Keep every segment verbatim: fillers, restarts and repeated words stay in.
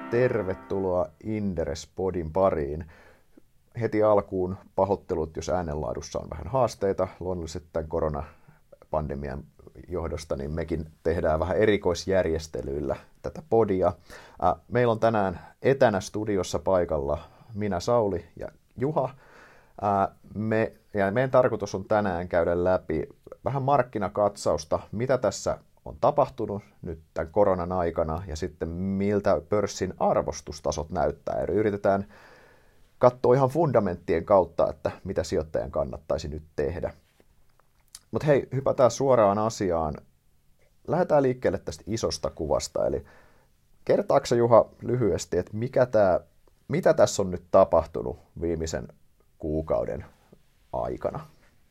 tervetuloa Inderes-podin pariin. Heti alkuun pahoittelut, jos äänenlaadussa on vähän haasteita. Luonnollisesti tämän koronapandemian johdosta niin mekin tehdään vähän erikoisjärjestelyillä tätä podia. Meillä on tänään etänä studiossa paikalla minä, Sauli ja Juha. Me, ja meidän tarkoitus on tänään käydä läpi vähän markkinakatsausta, mitä tässä on tapahtunut nyt tämän koronan aikana ja sitten miltä pörssin arvostustasot näyttää. Eli yritetään katsoa ihan fundamenttien kautta, että mitä sijoittajan kannattaisi nyt tehdä. Mutta hei, hypätään suoraan asiaan. Lähdetään liikkeelle tästä isosta kuvasta. Eli kertaatko Juha lyhyesti, että mikä tää, mitä tässä on nyt tapahtunut viimeisen kuukauden aikana?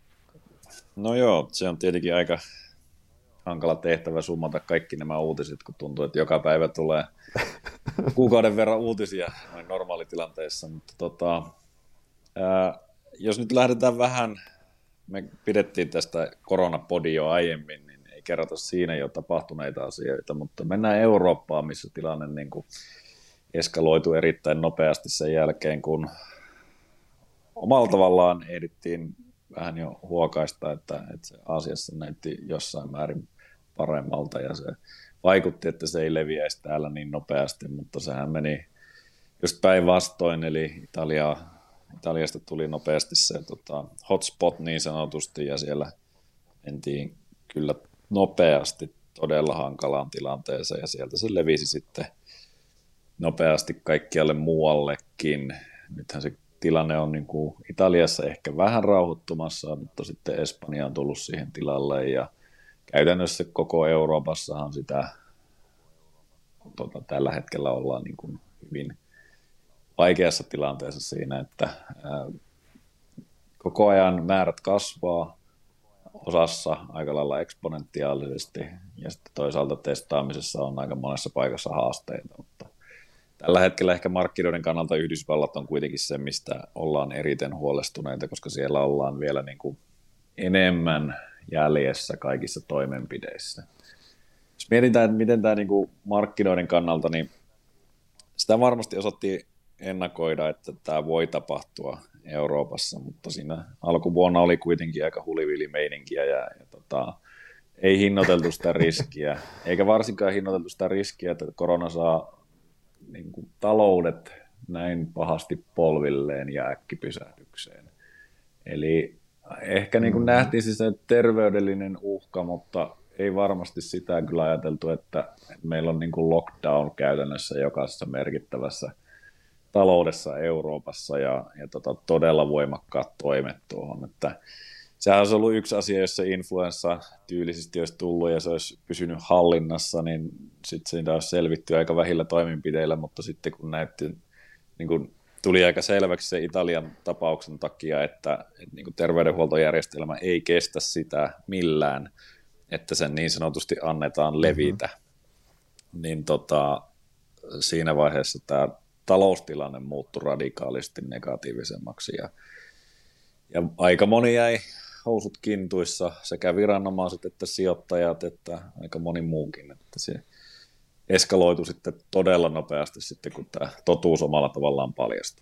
No joo, se on tietenkin aika hankala tehtävä summata kaikki nämä uutiset, kun tuntuu, että joka päivä tulee kuukauden verran uutisia noin normaalitilanteessa. Mutta tota, ää, jos nyt lähdetään vähän, me pidettiin tästä koronapodia jo aiemmin, niin ei kerrota siinä jo tapahtuneita asioita, mutta mennään Eurooppaan, missä tilanne niin kuin eskaloitui erittäin nopeasti sen jälkeen, kun omalla tavallaan ehdittiin vähän jo huokaista, että, että se Aasiassa näytti jossain määrin paremmalta ja se vaikutti, että se ei leviäisi täällä niin nopeasti, mutta sehän meni just päinvastoin, eli Italia, Italiasta tuli nopeasti se tota, hotspot niin sanotusti ja siellä mentiin kyllä nopeasti todella hankalaan tilanteeseen ja sieltä se levisi sitten nopeasti kaikkialle muuallekin. Nythän se tilanne on niin kuin Italiassa ehkä vähän rauhoittumassa, mutta sitten Espanja on tullut siihen tilalle ja käytännössä koko Euroopassahan sitä tota, tällä hetkellä ollaan niin kuin hyvin vaikeassa tilanteessa siinä, että ää, koko ajan määrät kasvaa osassa aika lailla eksponentiaalisesti ja sitten toisaalta testaamisessa on aika monessa paikassa haasteita, mutta tällä hetkellä ehkä markkinoiden kannalta Yhdysvallat on kuitenkin se, mistä ollaan eriten huolestuneita, koska siellä ollaan vielä niin kuin enemmän jäljessä kaikissa toimenpideissä. Jos mietitään, että miten tämä niin kuin markkinoiden kannalta, niin sitä varmasti osattiin ennakoida, että tämä voi tapahtua Euroopassa, mutta siinä alkuvuonna oli kuitenkin aika hulivilimeininkiä ja, ja tota, ei hinnoiteltu sitä riskiä, eikä varsinkaan hinnoiteltu sitä riskiä, että korona saa niin kuin taloudet näin pahasti polvilleen ja äkkipysähdykseen. Eli ehkä niin kuin nähtiin siis se terveydellinen uhka, mutta ei varmasti sitä kyllä ajateltu, että meillä on niin kuin lockdown käytännössä jokaisessa merkittävässä taloudessa Euroopassa ja, ja tota, todella voimakkaat toimet tuohon. Että sehän olisi ollut yksi asia, jos se influenssa tyylisesti olisi tullut ja se olisi pysynyt hallinnassa, niin sitten siitä olisi selvitty aika vähillä toimenpiteillä, mutta sitten kun näytti, niin kun tuli aika selväksi se Italian tapauksen takia, että, että niin kun terveydenhuoltojärjestelmä ei kestä sitä millään, että sen niin sanotusti annetaan levitä, mm-hmm. niin tota, siinä vaiheessa tämä taloustilanne muuttui radikaalisti negatiivisemmaksi ja, ja aika moni jäi housut kintuissa, sekä viranomaiset että sijoittajat, että aika moni muukin, että se eskaloitui sitten todella nopeasti sitten, kun tämä totuus omalla tavallaan paljastui.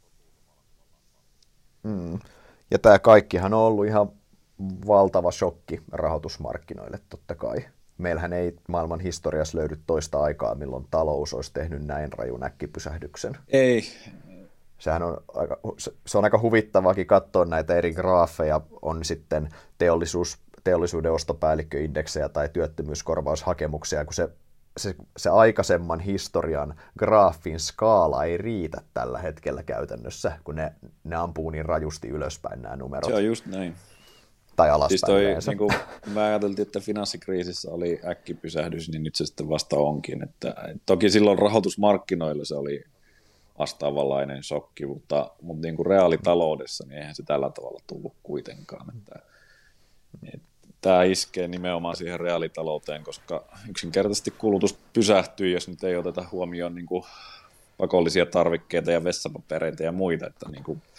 Mm. Ja tämä kaikkihan on ollut ihan valtava shokki rahoitusmarkkinoille totta kai. Meillähän ei maailman historiassa löydy toista aikaa, milloin talous olisi tehnyt näin rajun äkkipysähdyksen. Ei. Sehän on aika, se on aika huvittavaakin katsoa näitä eri graafeja, on sitten teollisuus, teollisuuden ostopäällikköindeksejä tai työttömyyskorvaushakemuksia, kun se, se, se aikaisemman historian graafin skaala ei riitä tällä hetkellä käytännössä, kun ne, ne ampuu niin rajusti ylöspäin nämä numerot. Se on just näin. Tai alaspäin siis toi, niin kuin me ajateltiin, että finanssikriisissä oli äkkipysähdys, niin nyt se sitten vasta onkin. Että, toki silloin rahoitusmarkkinoilla se oli vastaavanlainen shokki, mutta, mutta niin kuin reaalitaloudessa niin eihän se tällä tavalla tullut kuitenkaan. Että, että tämä iskee nimenomaan siihen reaalitalouteen, koska yksinkertaisesti kulutus pysähtyy, jos nyt ei oteta huomioon niin kuin pakollisia tarvikkeita ja vessapapereita ja muita. Että niin kuin,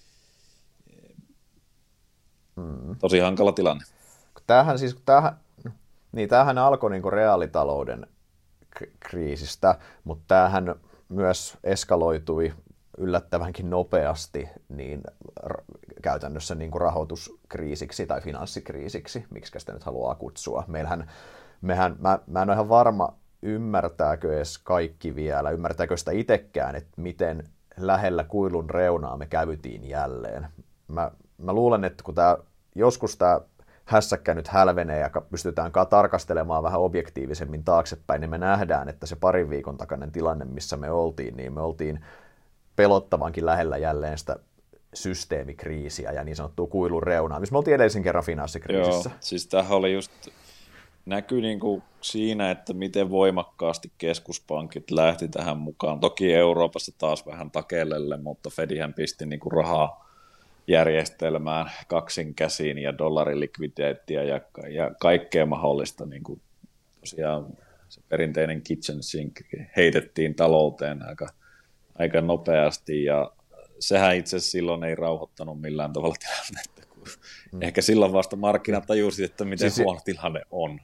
tosi hankala tilanne. Tämähän, siis, tämähän, niin tämähän alkoi niin kuin reaalitalouden kriisistä, mutta tämähän myös eskaloitui yllättävänkin nopeasti niin r- käytännössä niin kuin rahoituskriisiksi tai finanssikriisiksi, miksi sitä nyt haluaa kutsua. Meillähän, mehän, mä, mä en ole ihan varma, ymmärtääkö edes kaikki vielä, ymmärtääkö sitä itsekään, että miten lähellä kuilun reunaa me käytiin jälleen. Mä, mä luulen, että kun tää, joskus tämä hässäkkä nyt hälvenee ja pystytään tarkastelemaan vähän objektiivisemmin taaksepäin, niin me nähdään, että se parin viikon takainen tilanne, missä me oltiin, niin me oltiin pelottavankin lähellä jälleen sitä systeemikriisiä ja niin sanottua kuilun reunaa, missä me oltiin edellisen kerran finanssikriisissä. Joo, siis tämähän oli just, näkyy niin kuin siinä, että miten voimakkaasti keskuspankit lähti tähän mukaan. Toki Euroopassa taas vähän takellelle, mutta Fedihän pisti niin kuin rahaa järjestelmään kaksin käsiin ja dollarilikviditeettiä ja, ja kaikkea mahdollista. Niin kuin tosiaan se perinteinen kitchen sink heitettiin talouteen aika, aika nopeasti ja sehän itse asiassa silloin ei rauhoittanut millään tavalla tilannetta. Hmm. Ehkä silloin vasta markkinat tajusivat, että miten siis huono tilanne on.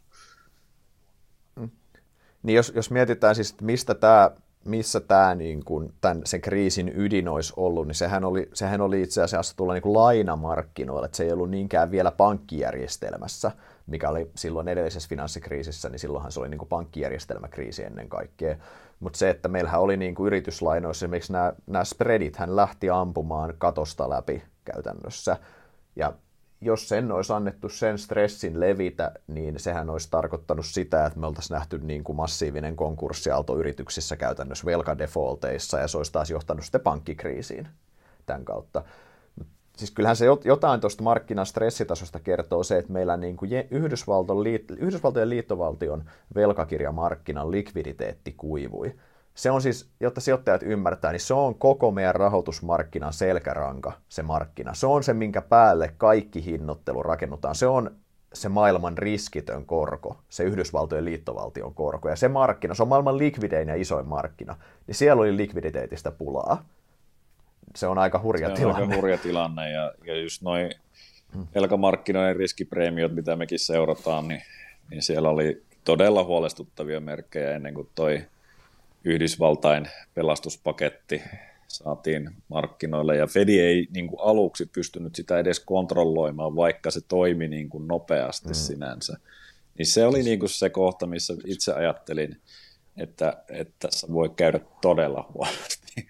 Hmm. Niin jos, jos mietitään siis, että mistä tämä, missä tämä niin kuin tämän, sen kriisin ydin olisi ollut, niin sehän oli, sehän oli itse asiassa tulla niin kuin lainamarkkinoilla, että se ei ollut niinkään vielä pankkijärjestelmässä, mikä oli silloin edellisessä finanssikriisissä, niin silloinhan se oli niin kuin pankkijärjestelmäkriisi ennen kaikkea. Mutta se, että meillähän oli niin kuin yrityslainoissa, esimerkiksi nämä, nämä spreadit, hän lähti ampumaan katosta läpi käytännössä, ja jos sen olisi annettu sen stressin levitä, niin sehän olisi tarkoittanut sitä, että me oltaisiin nähty niin kuin massiivinen konkurssiaalto yrityksissä käytännössä velkadefaulteissa, ja se olisi taas johtanut sitten pankkikriisiin tämän kautta. Siis kyllähän se jotain tuosta markkinan stressitasosta kertoo se, että meillä niin kuin Yhdysvaltojen liittovaltion velkakirjamarkkinan likviditeetti kuivui. Se on siis, jotta sijoittajat ymmärtää, niin se on koko meidän rahoitusmarkkinan selkäranka, se markkina. Se on se, minkä päälle kaikki hinnoittelu rakennutaan. Se on se maailman riskitön korko, se Yhdysvaltojen liittovaltion korko. Ja se markkina, se on maailman likvidein ja isoin markkina, niin siellä oli likviditeetistä pulaa. Se on aika hurja se tilanne. Se on aika hurja tilanne, ja, ja just noin velkamarkkinoiden riskipreemiot, mitä mekin seurataan, niin, niin siellä oli todella huolestuttavia merkkejä ennen kuin toi Yhdysvaltain pelastuspaketti saatiin markkinoille, ja Fedi ei niin kuin aluksi pystynyt sitä edes kontrolloimaan, vaikka se toimi niin kuin nopeasti mm. sinänsä. Niin se oli niin kuin se kohta, missä itse ajattelin, että, että tässä voi käydä todella huonosti.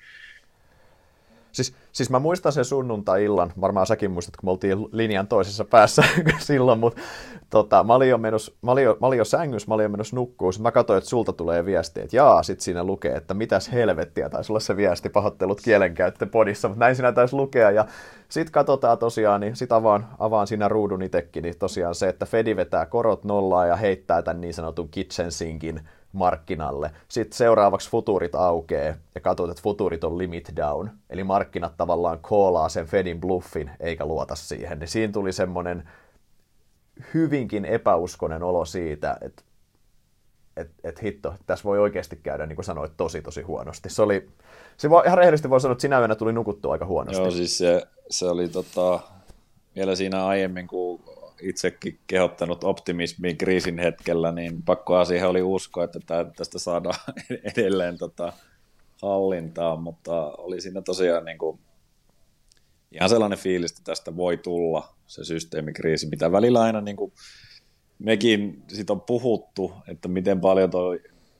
Siis, siis mä muistan sen sunnuntai-illan, varmaan säkin muistat, kun me oltiin linjan toisessa päässä silloin, mutta tota, mä, olin jo menossa, mä, olin jo, mä olin jo sängyssä, mä olin jo menossa nukkuun, mä katsoin, että sulta tulee viesti, että jaa, sit siinä lukee, että mitäs helvettiä, taisi olla se viesti, pahoittelut kielenkäyttö podissa, mutta näin siinä taisi lukea, ja sit katsotaan tosiaan, niin sit avaan, avaan siinä ruudun itekin, niin tosiaan se, että Fedi vetää korot nollaan ja heittää tämän niin sanotun kitchen sinkin markkinalle. Sitten seuraavaksi futurit aukeaa ja katsot, että futurit on limit down. Eli markkinat tavallaan koolaa sen Fedin bluffin eikä luota siihen. Niin siinä tuli semmoinen hyvinkin epäuskonen olo siitä, että et, et hitto, tässä voi oikeasti käydä, niin kuin sanoit, tosi tosi huonosti. Se oli, se voi, ihan rehellisesti voi sanoa, että sinä yönä tuli nukuttua aika huonosti. Joo, siis se, se oli tota, vielä siinä aiemmin, kun itsekin kehottanut optimismiin kriisin hetkellä, niin pakkoa siihen oli uskoa, että tästä saadaan edelleen tota hallintaan, mutta oli siinä tosiaan niin kuin ihan sellainen fiilis, että tästä voi tulla se systeemikriisi, mitä välillä aina niin kuin mekin siitä on puhuttu, että miten paljon tuo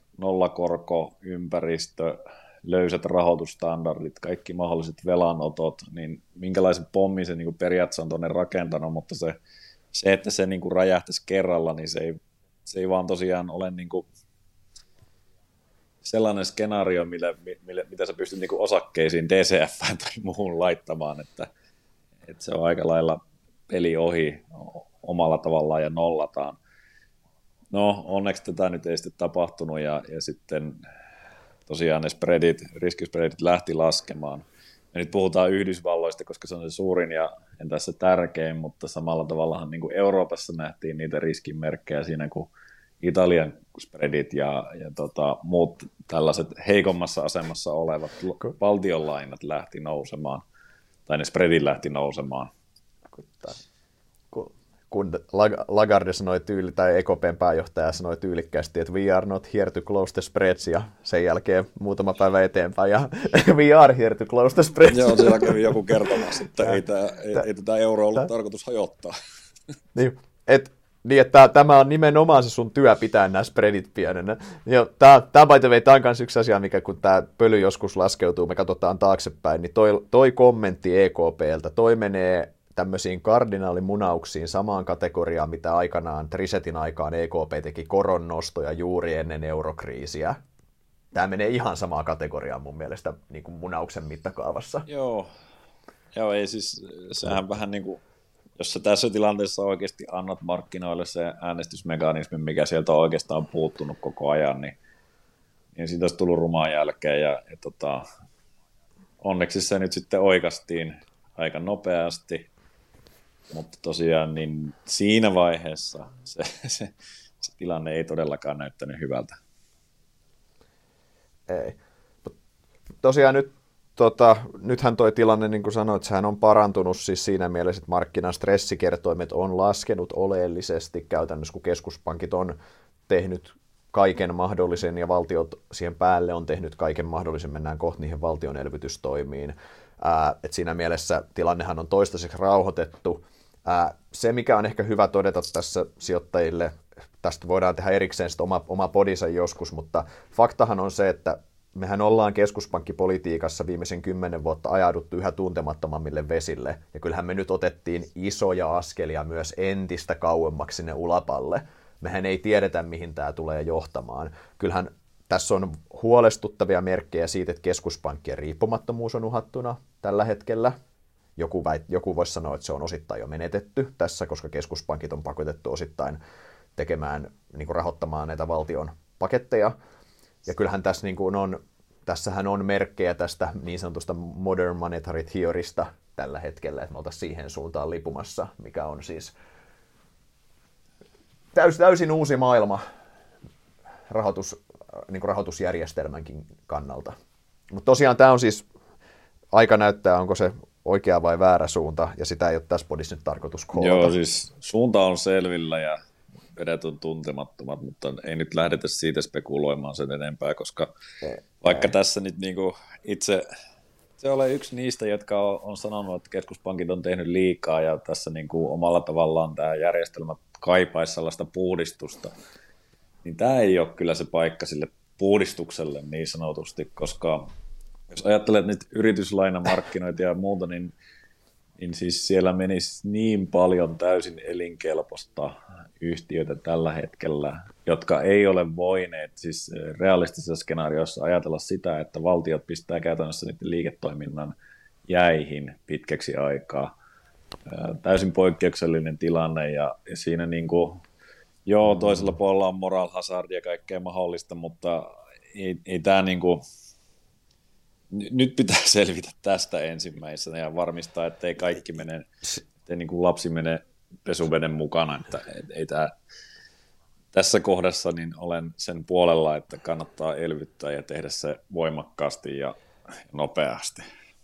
nollakorkoympäristö, löysät rahoitusstandardit, kaikki mahdolliset velanotot, niin minkälaisen pommin se niin kuin periaatteessa on tuonne rakentanut, mutta se Se, että se niin kuin räjähtäisi kerralla, niin se ei, se ei vaan tosiaan ole niin kuin sellainen skenaario, millä, millä, mitä sä pystyt niin kuin osakkeisiin, D C F tai muuhun laittamaan, että, että se on aika lailla peli ohi omalla tavallaan ja nollataan. No, onneksi tätä nyt ei sitten tapahtunut, ja, ja sitten tosiaan ne spreadit, riskispreadit lähti laskemaan. Ja nyt puhutaan Yhdysvalloista, koska se on se suurin ja en tässä tärkein, mutta samalla tavallahan niin kuin Euroopassa nähtiin niitä riskimerkkejä siinä, kun Italian spreadit ja, ja tota, muut tällaiset heikommassa asemassa olevat valtionlainat lähti nousemaan, tai ne spreadit lähti nousemaan. kun Lagarde sanoi tyyli, tai E K P:n pääjohtaja sanoi tyylikkäästi, että we are not here to close the spreads, ja sen jälkeen muutama päivä eteenpäin, ja we are here to close the spreads. Joo, siellä kävi joku kertomassa, että ei, tämä, ei, ei tätä euroa ollut tarkoitus hajottaa. Niin, et, niin, että tämä on nimenomaan se sun työ pitää nämä spreadit pienenä. Tämä, tämä by the way, tämä on myös yksi asia, mikä kun tämä pöly joskus laskeutuu, me katsotaan taaksepäin, niin toi, toi kommentti E K P:ltä, toi menee tämmöisiin kardinaalimunauksiin samaan kategoriaan, mitä aikanaan Trisetin aikaan E K P teki koronnostoja juuri ennen eurokriisiä. Tämä menee ihan samaan kategoriaan mun mielestä niin kuin munauksen mittakaavassa. Joo, Joo ei siis, sehän vähän niin kuin, jos sä tässä tilanteessa oikeasti annat markkinoille se äänestysmekanismi, mikä sieltä on oikeastaan puuttunut koko ajan, niin, niin siitä olisi tullut rumaan jälkeen, ja, ja tota, onneksi se nyt sitten oikastiin aika nopeasti, mutta tosiaan niin siinä vaiheessa se, se, se tilanne ei todellakaan näyttänyt hyvältä. Ei. Tosiaan nyt, tota, nythän toi tilanne, niin kuin sanoit, sehän on parantunut siis siinä mielessä, että markkinan stressikertoimet on laskenut oleellisesti käytännössä, kun keskuspankit on tehnyt kaiken mahdollisen ja valtiot siihen päälle on tehnyt kaiken mahdollisen, mennään kohta niihin valtion elvytystoimiin. Ää, et siinä mielessä tilannehan on toistaiseksi rauhoitettu. Ää, se, mikä on ehkä hyvä todeta tässä sijoittajille, tästä voidaan tehdä erikseen oma, oma podinsa joskus, mutta faktahan on se, että mehän ollaan keskuspankkipolitiikassa viimeisen kymmenen vuotta ajauduttu yhä tuntemattomammille vesille, ja kyllähän me nyt otettiin isoja askelia myös entistä kauemmaksi sinne ulapalle. Mehän ei tiedetä, mihin tämä tulee johtamaan. Kyllähän tässä on huolestuttavia merkkejä siitä, että keskuspankkien riippumattomuus on uhattuna tällä hetkellä. Joku, väit, joku voisi sanoa, että se on osittain jo menetetty tässä, koska keskuspankit on pakotettu osittain tekemään, niin kuin rahoittamaan näitä valtion paketteja. Ja kyllähän tässä niin kuin on, tässähän on merkkejä tästä niin sanotusta modern monetary theorysta tällä hetkellä, että me oltaisiin siihen suuntaan lipumassa, mikä on siis täys, täysin uusi maailma rahoitus, niin kuin rahoitusjärjestelmänkin kannalta. Mutta tosiaan tämä on siis, aika näyttää, onko se oikea vai väärä suunta, ja sitä ei ole tässä podissa nyt tarkoitus kohdata. Joo, siis suunta on selvillä ja vedet on tuntemattomat, mutta ei nyt lähdetä siitä spekuloimaan sen enempää, koska ei, vaikka ei. Tässä nyt niinku itse, se ole yksi niistä, jotka on, on sanonut, että keskuspankit on tehnyt liikaa ja tässä niinku omalla tavallaan tämä järjestelmä kaipaisi sellaista puhdistusta, niin tämä ei ole kyllä se paikka sille puhdistukselle niin sanotusti, koska jos ajattelet nyt yrityslainamarkkinoita ja muuta, niin, niin siis siellä menisi niin paljon täysin elinkelpoista yhtiöitä tällä hetkellä, jotka ei ole voineet siis realistisessa skenaariossa ajatella sitä, että valtiot pistää käytännössä niiden liiketoiminnan jäihin pitkäksi aikaa. Täysin poikkeuksellinen tilanne ja siinä niin kuin, joo, toisella puolella on moral hazard ja kaikkea mahdollista, mutta ei, ei tämä niin kuin, nyt pitää selvitä tästä ensimmäisenä ja varmistaa, ettei kaikki mene, ettei niin kuin lapsi mene pesuveden mukana, että ei tämä, tässä kohdassa niin olen sen puolella, että kannattaa elvyttää ja tehdä se voimakkaasti ja nopeasti.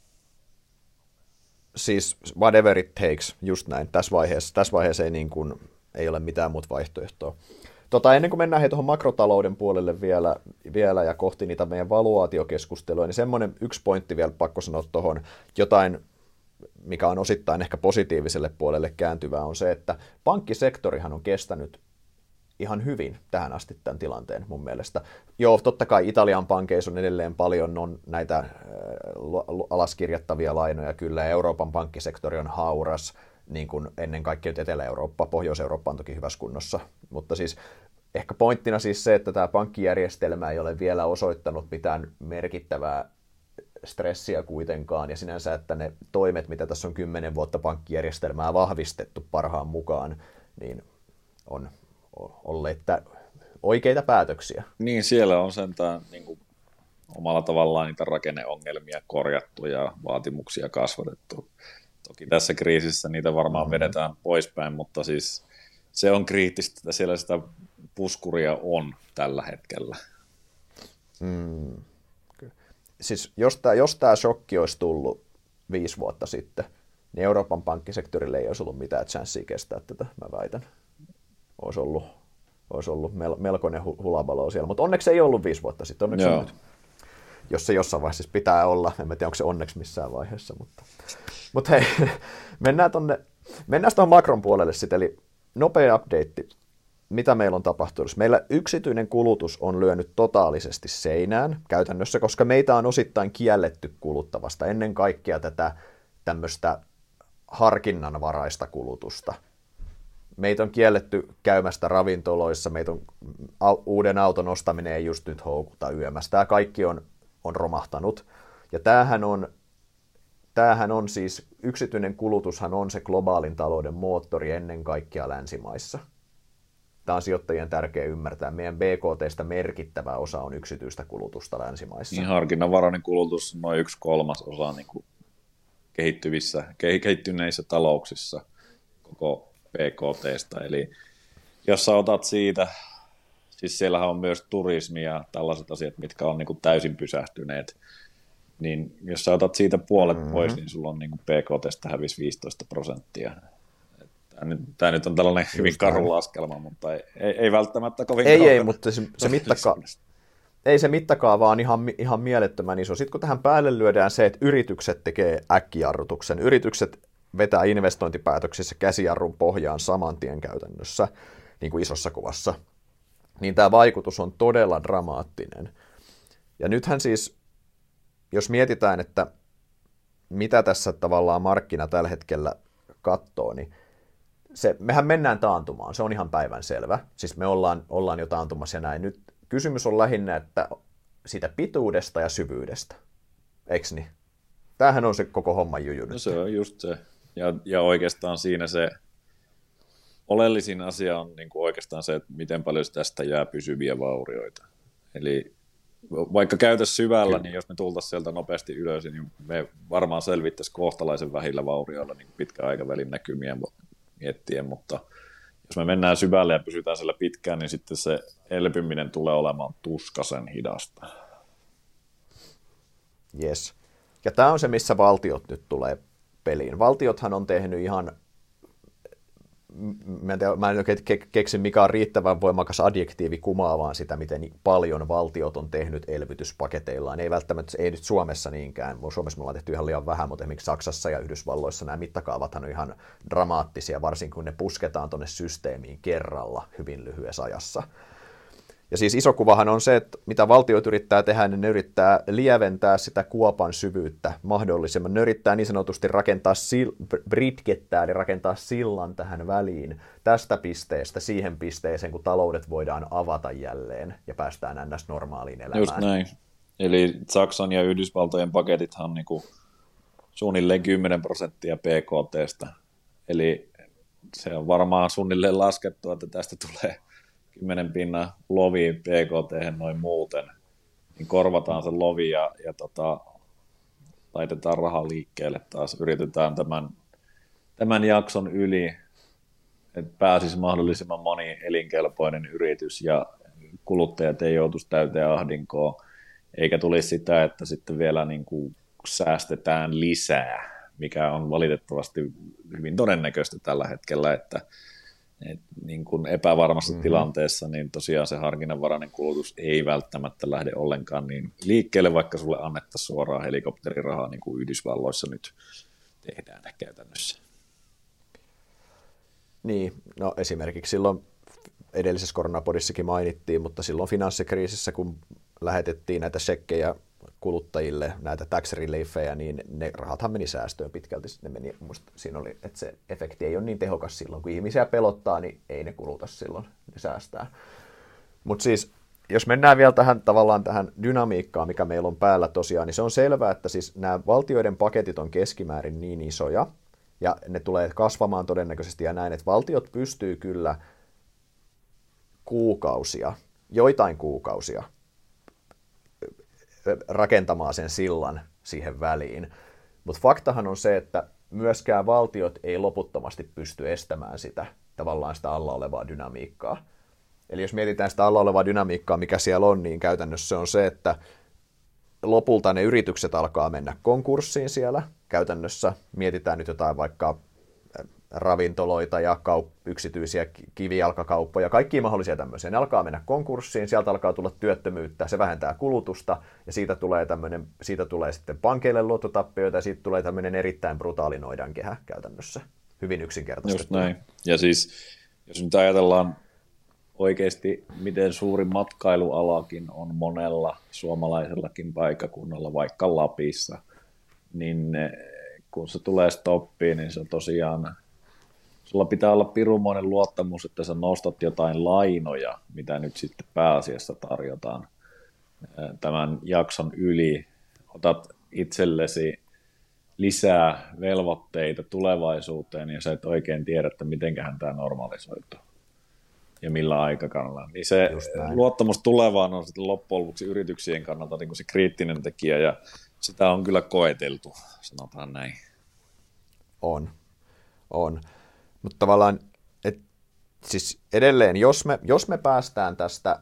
Siis whatever it takes, just näin, tässä vaiheessa, tässä vaiheessa ei, niin kuin, ei ole mitään muuta vaihtoehtoa. Tota, ennen kuin mennään hei tuohon makrotalouden puolelle vielä, vielä ja kohti niitä meidän valuaatiokeskustelua, niin semmoinen yksi pointti vielä pakko sanoa tuohon, jotain, mikä on osittain ehkä positiiviselle puolelle kääntyvää, on se, että pankkisektorihan on kestänyt ihan hyvin tähän asti tämän tilanteen mun mielestä. Joo, totta kai Italian pankeissa on edelleen paljon on näitä äh, alaskirjattavia lainoja kyllä, ja Euroopan pankkisektori on hauras, niin kuin ennen kaikkea nyt Etelä-Eurooppa, Pohjois-Eurooppa on toki hyvässä kunnossa, mutta siis ehkä pointtina siis se, että tämä pankkijärjestelmä ei ole vielä osoittanut mitään merkittävää stressiä kuitenkaan, ja sinänsä, että ne toimet, mitä tässä on kymmenen vuotta pankkijärjestelmää vahvistettu parhaan mukaan, niin on olleet oikeita päätöksiä. Niin, siellä on sentään niin kuin omalla tavallaan niitä rakenneongelmia korjattu ja vaatimuksia kasvatettu. Toki tässä kriisissä niitä varmaan vedetään poispäin, mutta siis se on kriittistä, että siellä sitä puskuria on tällä hetkellä. Mm. Siis jos tämä jos tämä shokki olisi tullut viisi vuotta sitten, niin Euroopan pankkisektorille ei olisi ollut mitään chanssiä kestää tätä, mä väitän. Olisi ollut, olisi ollut mel- melkoinen hu- hulabalo siellä, mutta onneksi ei ollut viisi vuotta sitten, onneksi on nyt. Jos se jossain vaiheessa siis pitää olla, en tiedä onko se onneksi missään vaiheessa, mutta, mutta hei, mennään tuonne, mennään tuohon makron puolelle sitten, eli nopea update, mitä meillä on tapahtunut. Meillä yksityinen kulutus on lyönyt totaalisesti seinään käytännössä, koska meitä on osittain kielletty kuluttavasta, ennen kaikkea tätä tämmöistä harkinnanvaraista kulutusta. Meitä on kielletty käymästä ravintoloissa, meitä on uuden auton ostaminen ei just nyt houkuta yömässä. Tämä kaikki on, on romahtanut. Ja tämähän on, tämähän on siis, yksityinen kulutushan on se globaalin talouden moottori ennen kaikkea länsimaissa. Tämä on sijoittajien tärkeä ymmärtää. Meidän B K T:stä merkittävä osa on yksityistä kulutusta länsimaissa. Niin harkinnanvarainen kulutus on noin yksi kolmas osa niin kuin kehittyvissä, kehittyneissä talouksissa koko B K T:stä. Eli jos sä otat siitä, siis siellähän on myös turismi ja tällaiset asiat, mitkä on niin kuin täysin pysähtyneet, niin jos sä otat siitä puolet mm-hmm. pois, niin sulla on niin kuin B K T:stä hävisi viisitoista prosenttia. Tämä nyt, tämä nyt on tällainen just hyvin karu laskelma, mutta ei, ei, ei välttämättä kovin Ei, ei, mutta se, se, mittaka- ei se mittakaava on ihan, ihan mielettömän iso. Sitten kun tähän päälle lyödään se, että yritykset tekee äkkijarrutuksen, yritykset vetää investointipäätöksissä käsijarrun pohjaan saman tien käytännössä, niin kuin isossa kuvassa, niin tämä vaikutus on todella dramaattinen. Ja nythän siis, jos mietitään, että mitä tässä tavallaan markkina tällä hetkellä katsoo, niin se, mehän mennään taantumaan, se on ihan päivänselvä. Siis me ollaan, ollaan jo taantumassa ja näin. Nyt kysymys on lähinnä, että siitä pituudesta ja syvyydestä, eikö niin? Tämähän on se koko homman juju. No se on just se. Ja, ja oikeastaan siinä se oleellisin asia on niin kuin oikeastaan se, että miten paljon tästä jää pysyviä vaurioita. Eli vaikka käytäisiin syvällä, Kyllä. niin jos me tultaisiin sieltä nopeasti ylös, niin me varmaan selvittäisiin kohtalaisen vähillä vaurioilla niin pitkän aikavälin näkymiä miettien, mutta jos me mennään syvälle ja pysytään siellä pitkään, niin sitten se elpyminen tulee olemaan tuskaisen hidasta. Yes. Ja tämä on se, missä valtiot nyt tulee peliin. Valtiothan on tehnyt ihan, mä en, tiedä, mä en oikein keksi mikä on riittävän voimakas adjektiivi kumaavaan sitä, miten paljon valtiot on tehnyt elvytyspaketeillaan. Ei välttämättä, ei nyt Suomessa niinkään. Suomessa me ollaan tehty ihan liian vähän, mutta esimerkiksi Saksassa ja Yhdysvalloissa nämä mittakaavathan on ihan dramaattisia, varsinkin kun ne pusketaan tuonne systeemiin kerralla hyvin lyhyessä ajassa. Ja siis iso kuvahan on se, että mitä valtiot yrittää tehdä, niin ne yrittää lieventää sitä kuopan syvyyttä mahdollisimman. Ne yrittää niin sanotusti rakentaa, sil- bridgettää, eli rakentaa sillan tähän väliin tästä pisteestä siihen pisteeseen, kun taloudet voidaan avata jälleen ja päästään ns. Normaaliin elämään. Just näin. Eli Saksan ja Yhdysvaltojen paketithan on niin kuin suunnilleen kymmenen prosenttia P K T:stä. Eli se on varmaan suunnilleen laskettu, että tästä tulee kymmenen pinnan lovi P K T noin muuten, niin korvataan se lovi ja, ja tota, laitetaan rahaa liikkeelle taas. Yritetään tämän, tämän jakson yli, että pääsisi mahdollisimman moni elinkelpoinen yritys ja kuluttajat ei joutuisi täyteen ahdinkoon, eikä tulisi sitä, että sitten vielä niin kuin säästetään lisää, mikä on valitettavasti hyvin todennäköistä tällä hetkellä, että Et niin kuin epävarmassa mm-hmm. tilanteessa, niin tosiaan se harkinnanvarainen kulutus ei välttämättä lähde ollenkaan niin liikkeelle, vaikka sulle annettaisiin suoraan helikopterirahaa, niin kuin Yhdysvalloissa nyt tehdään käytännössä. Niin, no esimerkiksi silloin edellisessä koronapodissakin mainittiin, mutta silloin finanssikriisissä, kun lähetettiin näitä shekkejä kuluttajille, näitä tax reliefejä, niin ne rahathan meni säästöön pitkälti. Ne meni, musta siinä oli, että se efekti ei ole niin tehokas silloin, kun ihmisiä pelottaa, niin ei ne kuluta silloin, ne säästää. Mutta siis, jos mennään vielä tähän tavallaan tähän dynamiikkaan, mikä meillä on päällä tosiaan, niin se on selvää, että siis nämä valtioiden paketit on keskimäärin niin isoja, ja ne tulee kasvamaan todennäköisesti ja näin, että valtiot pystyy kyllä kuukausia, joitain kuukausia, rakentamaan sen sillan siihen väliin. Mutta faktahan on se, että myöskään valtiot ei loputtomasti pysty estämään sitä tavallaan sitä alla olevaa dynamiikkaa. Eli jos mietitään sitä alla olevaa dynamiikkaa, mikä siellä on, niin käytännössä se on se, että lopulta ne yritykset alkaa mennä konkurssiin siellä. Käytännössä mietitään nyt jotain vaikka ravintoloita ja kaup- yksityisiä kivijalkakauppoja, kaikkia mahdollisia tämmöisiä. Ne alkaa mennä konkurssiin, sieltä alkaa tulla työttömyyttä, se vähentää kulutusta, ja siitä tulee, tämmöinen, siitä tulee sitten pankeille luottotappioita, ja siitä tulee tämmöinen erittäin brutaali noidankehä käytännössä. Hyvin yksinkertaisesti. Just näin. Ja siis, jos nyt ajatellaan oikeasti, miten suuri matkailualakin on monella suomalaisellakin paikkakunnalla, vaikka Lapissa, niin kun se tulee stoppiin, niin se tosiaan, sulla pitää olla pirumoinen luottamus, että sä nostat jotain lainoja, mitä nyt sitten pääasiassa tarjotaan tämän jakson yli. Otat itsellesi lisää velvoitteita tulevaisuuteen, ja sä et oikein tiedä, että mitenköhän tämä normalisoituu ja millä aikakaudella. Niin se luottamus tulevaan on sitten loppujen lopuksi yrityksien kannalta niin kuin se kriittinen tekijä, ja sitä on kyllä koeteltu, sanotaan näin. On, on. Mutta tavallaan, et, siis edelleen, jos me, jos me päästään tästä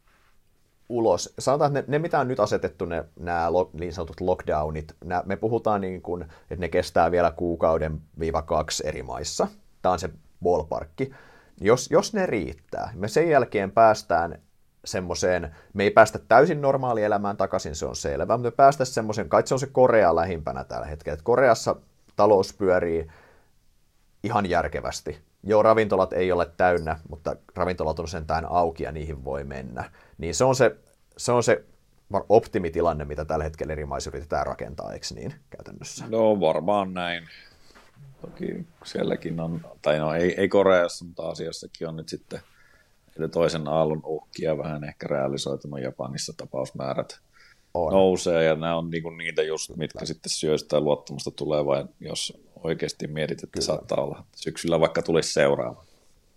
ulos, sanotaan, että ne, ne mitä on nyt asetettu, ne, nämä niin sanotut lockdownit, nämä, me puhutaan niin kuin, että ne kestää vielä kuukauden viiva kaksi eri maissa. Tämä on se ballparkki. Jos, jos ne riittää, me sen jälkeen päästään semmoiseen, me ei päästä täysin normaalielämään takaisin, se on selvä, mutta me päästäisiin semmoiseen, kai se on se Korea lähimpänä tällä hetkellä, että Koreassa talous pyörii ihan järkevästi. Joo, ravintolat ei ole täynnä, mutta ravintolat on sentään auki ja niihin voi mennä. Niin se on se, se, on se optimitilanne, mitä tällä hetkellä eri maissa yritetään rakentaa, eikö niin käytännössä? No varmaan näin. Toki sielläkin on, tai no ei, ei Koreassa, mutta Aasiassakin on nyt sitten toisen aallon uhkia vähän ehkä realisoitunut. Japanissa tapausmäärät on. Nousee, ja nämä on niinku niitä just, mitkä sitten syö sitä luottamusta tulevaan, jos oikeasti mietit, että Kyllä. saattaa olla syksyllä vaikka tulisi seuraava.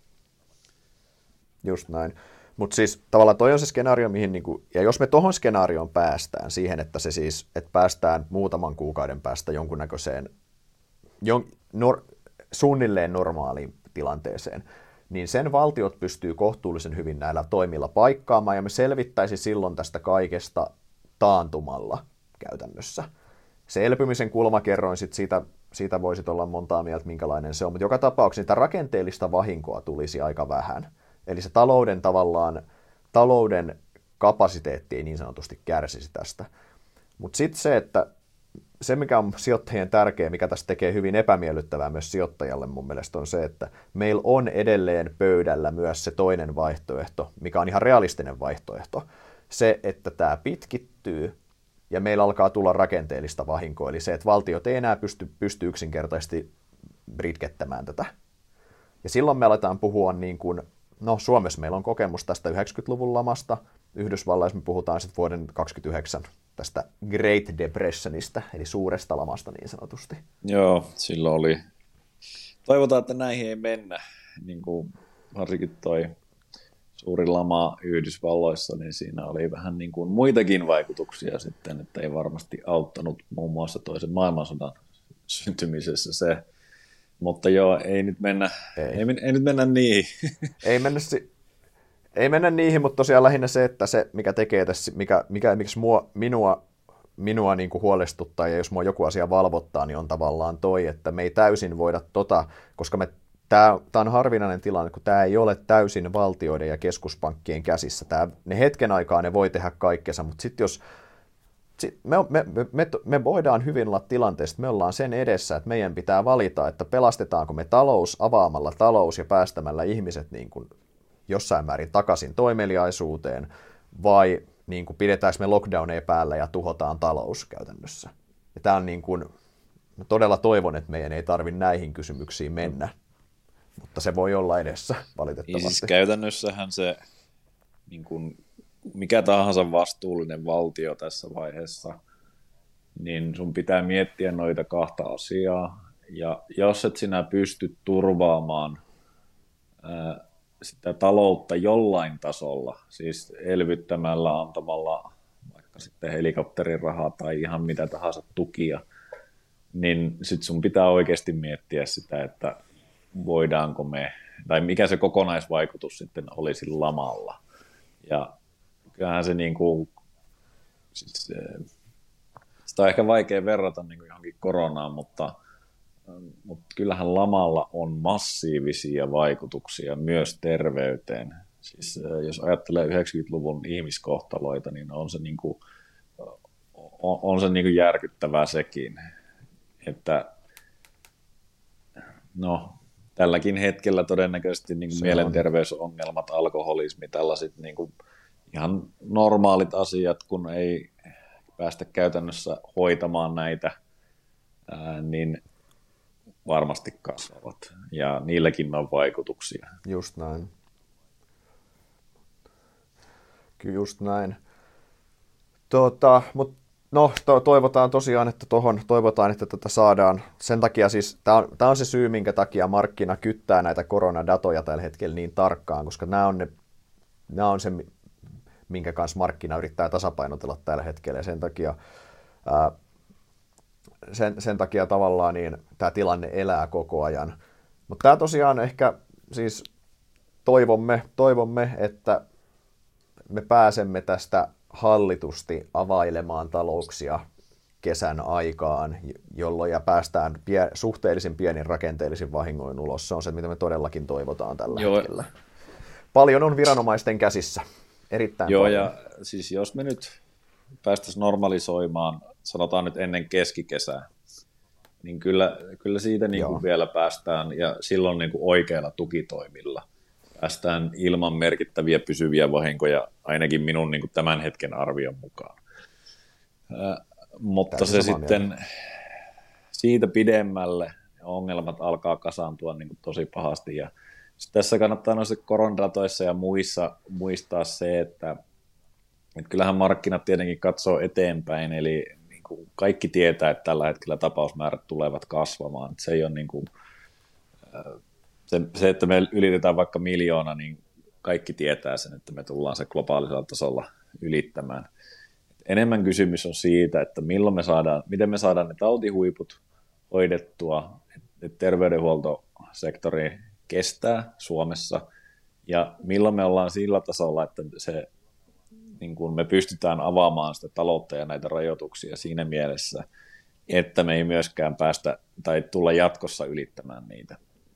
Just näin. Mutta siis tavallaan toi on se skenaario, mihin, niinku, ja jos me tohon skenaarioon päästään siihen, että se siis, että päästään muutaman kuukauden päästä jonkunnäköiseen jon, nor, suunnilleen normaaliin tilanteeseen, niin sen valtiot pystyy kohtuullisen hyvin näillä toimilla paikkaamaan, ja me selvittäisi silloin tästä kaikesta taantumalla käytännössä. Se elpymisen kulmakerroin, sit siitä, siitä voisit olla montaa mieltä, minkälainen se on, mutta joka tapauksessa sitä rakenteellista vahinkoa tulisi aika vähän. Eli se talouden tavallaan, talouden kapasiteetti ei niin sanotusti kärsisi tästä. Mutta sitten se, että se mikä on sijoittajien tärkeä, mikä tästä tekee hyvin epämiellyttävää myös sijoittajalle mun mielestä on se, että meillä on edelleen pöydällä myös se toinen vaihtoehto, mikä on ihan realistinen vaihtoehto. Se, että tämä pitkittyy ja meillä alkaa tulla rakenteellista vahinkoa, eli se, että valtiot ei enää pysty, pysty yksinkertaisesti britkettämään tätä. Ja silloin me aletaan puhua niin kuin, no Suomessa meillä on kokemus tästä yhdeksänkymmentäluvun lamasta, Yhdysvalloissa me puhutaan sitten vuoden kaksikymmentäyhdeksän tästä Great Depressionista, eli suuresta lamasta niin sanotusti. Joo, silloin oli. Toivotaan, että näihin ei mennä, niin kuin varsinkin toi suuri lama Yhdysvalloissa, niin siinä oli vähän niin kuin muitakin vaikutuksia sitten, että ei varmasti auttanut muun muassa toisen maailmansodan syntymisessä se. Mutta joo, ei nyt mennä, ei. Ei, ei nyt mennä niihin. Ei mennä, si- ei mennä niihin, mutta tosiaan lähinnä se, että se, mikä tekee tässä, mikä, mikä miksi mua, minua, minua niin kuin huolestuttaa, ja jos mua joku asia valvottaa, niin on tavallaan toi, että me ei täysin voida tota, koska me Tämä, tämä on harvinainen tilanne, kun tämä ei ole täysin valtioiden ja keskuspankkien käsissä. Tämä, ne hetken aikaa ne voi tehdä kaikkensa, mutta sitten jos sit me, me, me, me voidaan hyvin olla tilanteessa, että me ollaan sen edessä, että meidän pitää valita, että pelastetaanko me talous avaamalla talous ja päästämällä ihmiset niin kuin jossain määrin takaisin toimeliaisuuteen, vai niin kuin pidetäänkö me lockdowneja päällä ja tuhotaan talous käytännössä. Ja tämä on niin kuin, todella toivon, että meidän ei tarvitse näihin kysymyksiin mennä. Mutta se voi olla edessä, valitettavasti. Siis käytännössähän se, niin kuin, mikä tahansa vastuullinen valtio tässä vaiheessa, niin sun pitää miettiä noita kahta asiaa. Ja jos et sinä pysty turvaamaan ää, sitä taloutta jollain tasolla, siis elvyttämällä, antamalla vaikka sitten helikopterin rahaa tai ihan mitä tahansa tukia, niin sit sun pitää oikeasti miettiä sitä, että voidaanko me, tai mikä se kokonaisvaikutus sitten olisi lamalla. Ja kyllähän se niin kuin, siis, sitä on ehkä vaikea verrata niin kuin johonkin koronaan, mutta, mutta kyllähän lamalla on massiivisia vaikutuksia myös terveyteen. Siis jos ajattelee yhdeksänkymmentäluvun ihmiskohtaloita, niin on se, niin kuin, on, on se niin kuin järkyttävää sekin, että no, tälläkin hetkellä todennäköisesti niin kuin mielenterveysongelmat, alkoholismi, tällaiset niin kuin ihan normaalit asiat, kun ei päästä käytännössä hoitamaan näitä, ää, niin varmasti kasvavat. Ja niilläkin on vaikutuksia. Just näin. Kyllä just näin. Tota, mut no, to- toivotaan tosiaan, että tohon, toivotaan, että tätä saadaan. Sen takia siis, tämä on, tää on se syy, minkä takia markkina kyttää näitä koronadatoja tällä hetkellä niin tarkkaan, koska nämä on, ne, nämä on se, minkä kanssa markkina yrittää tasapainotella tällä hetkellä, ja sen takia, ää, sen, sen takia tavallaan niin tämä tilanne elää koko ajan. Mutta tämä tosiaan ehkä, siis toivomme, toivomme, että me pääsemme tästä hallitusti availemaan talouksia kesän aikaan, jolloin ja päästään pie- suhteellisen pienin rakenteellisin vahingoin ulos. Se on se, mitä me todellakin toivotaan tällä Joo. hetkellä. Paljon on viranomaisten käsissä. Erittäin Joo, paljon. Ja siis jos me nyt päästäisiin normalisoimaan, sanotaan nyt ennen keskikesää, niin kyllä, kyllä siitä niin kuin vielä päästään, ja silloin niin kuin oikeilla tukitoimilla päästään ilman merkittäviä pysyviä vahinkoja, ainakin minun niin kuin tämän hetken arvion mukaan. Äh, mutta Täysin se sitten mieltä. Siitä pidemmälle ongelmat alkaa kasaantua niin kuin tosi pahasti, ja tässä kannattaa noissa koronadatoissa ja muissa muistaa se, että, että kyllähän markkinat tietenkin katsoo eteenpäin, eli niin kuin kaikki tietää, että tällä hetkellä tapausmäärät tulevat kasvamaan. Se ei ole niin kuin, se, se, että me ylitetään vaikka miljoona, niin kaikki tietää sen, että me tullaan se globaalisella tasolla ylittämään. Enemmän kysymys on siitä, että milloin me saadaan, miten me saadaan ne tautihuiput hoidettua, että terveydenhuoltosektori kestää Suomessa, ja milloin me ollaan sillä tasolla, että se, niin kun me pystytään avaamaan sitä taloutta ja näitä rajoituksia siinä mielessä, että me ei myöskään päästä tai tulla jatkossa ylittämään niitä.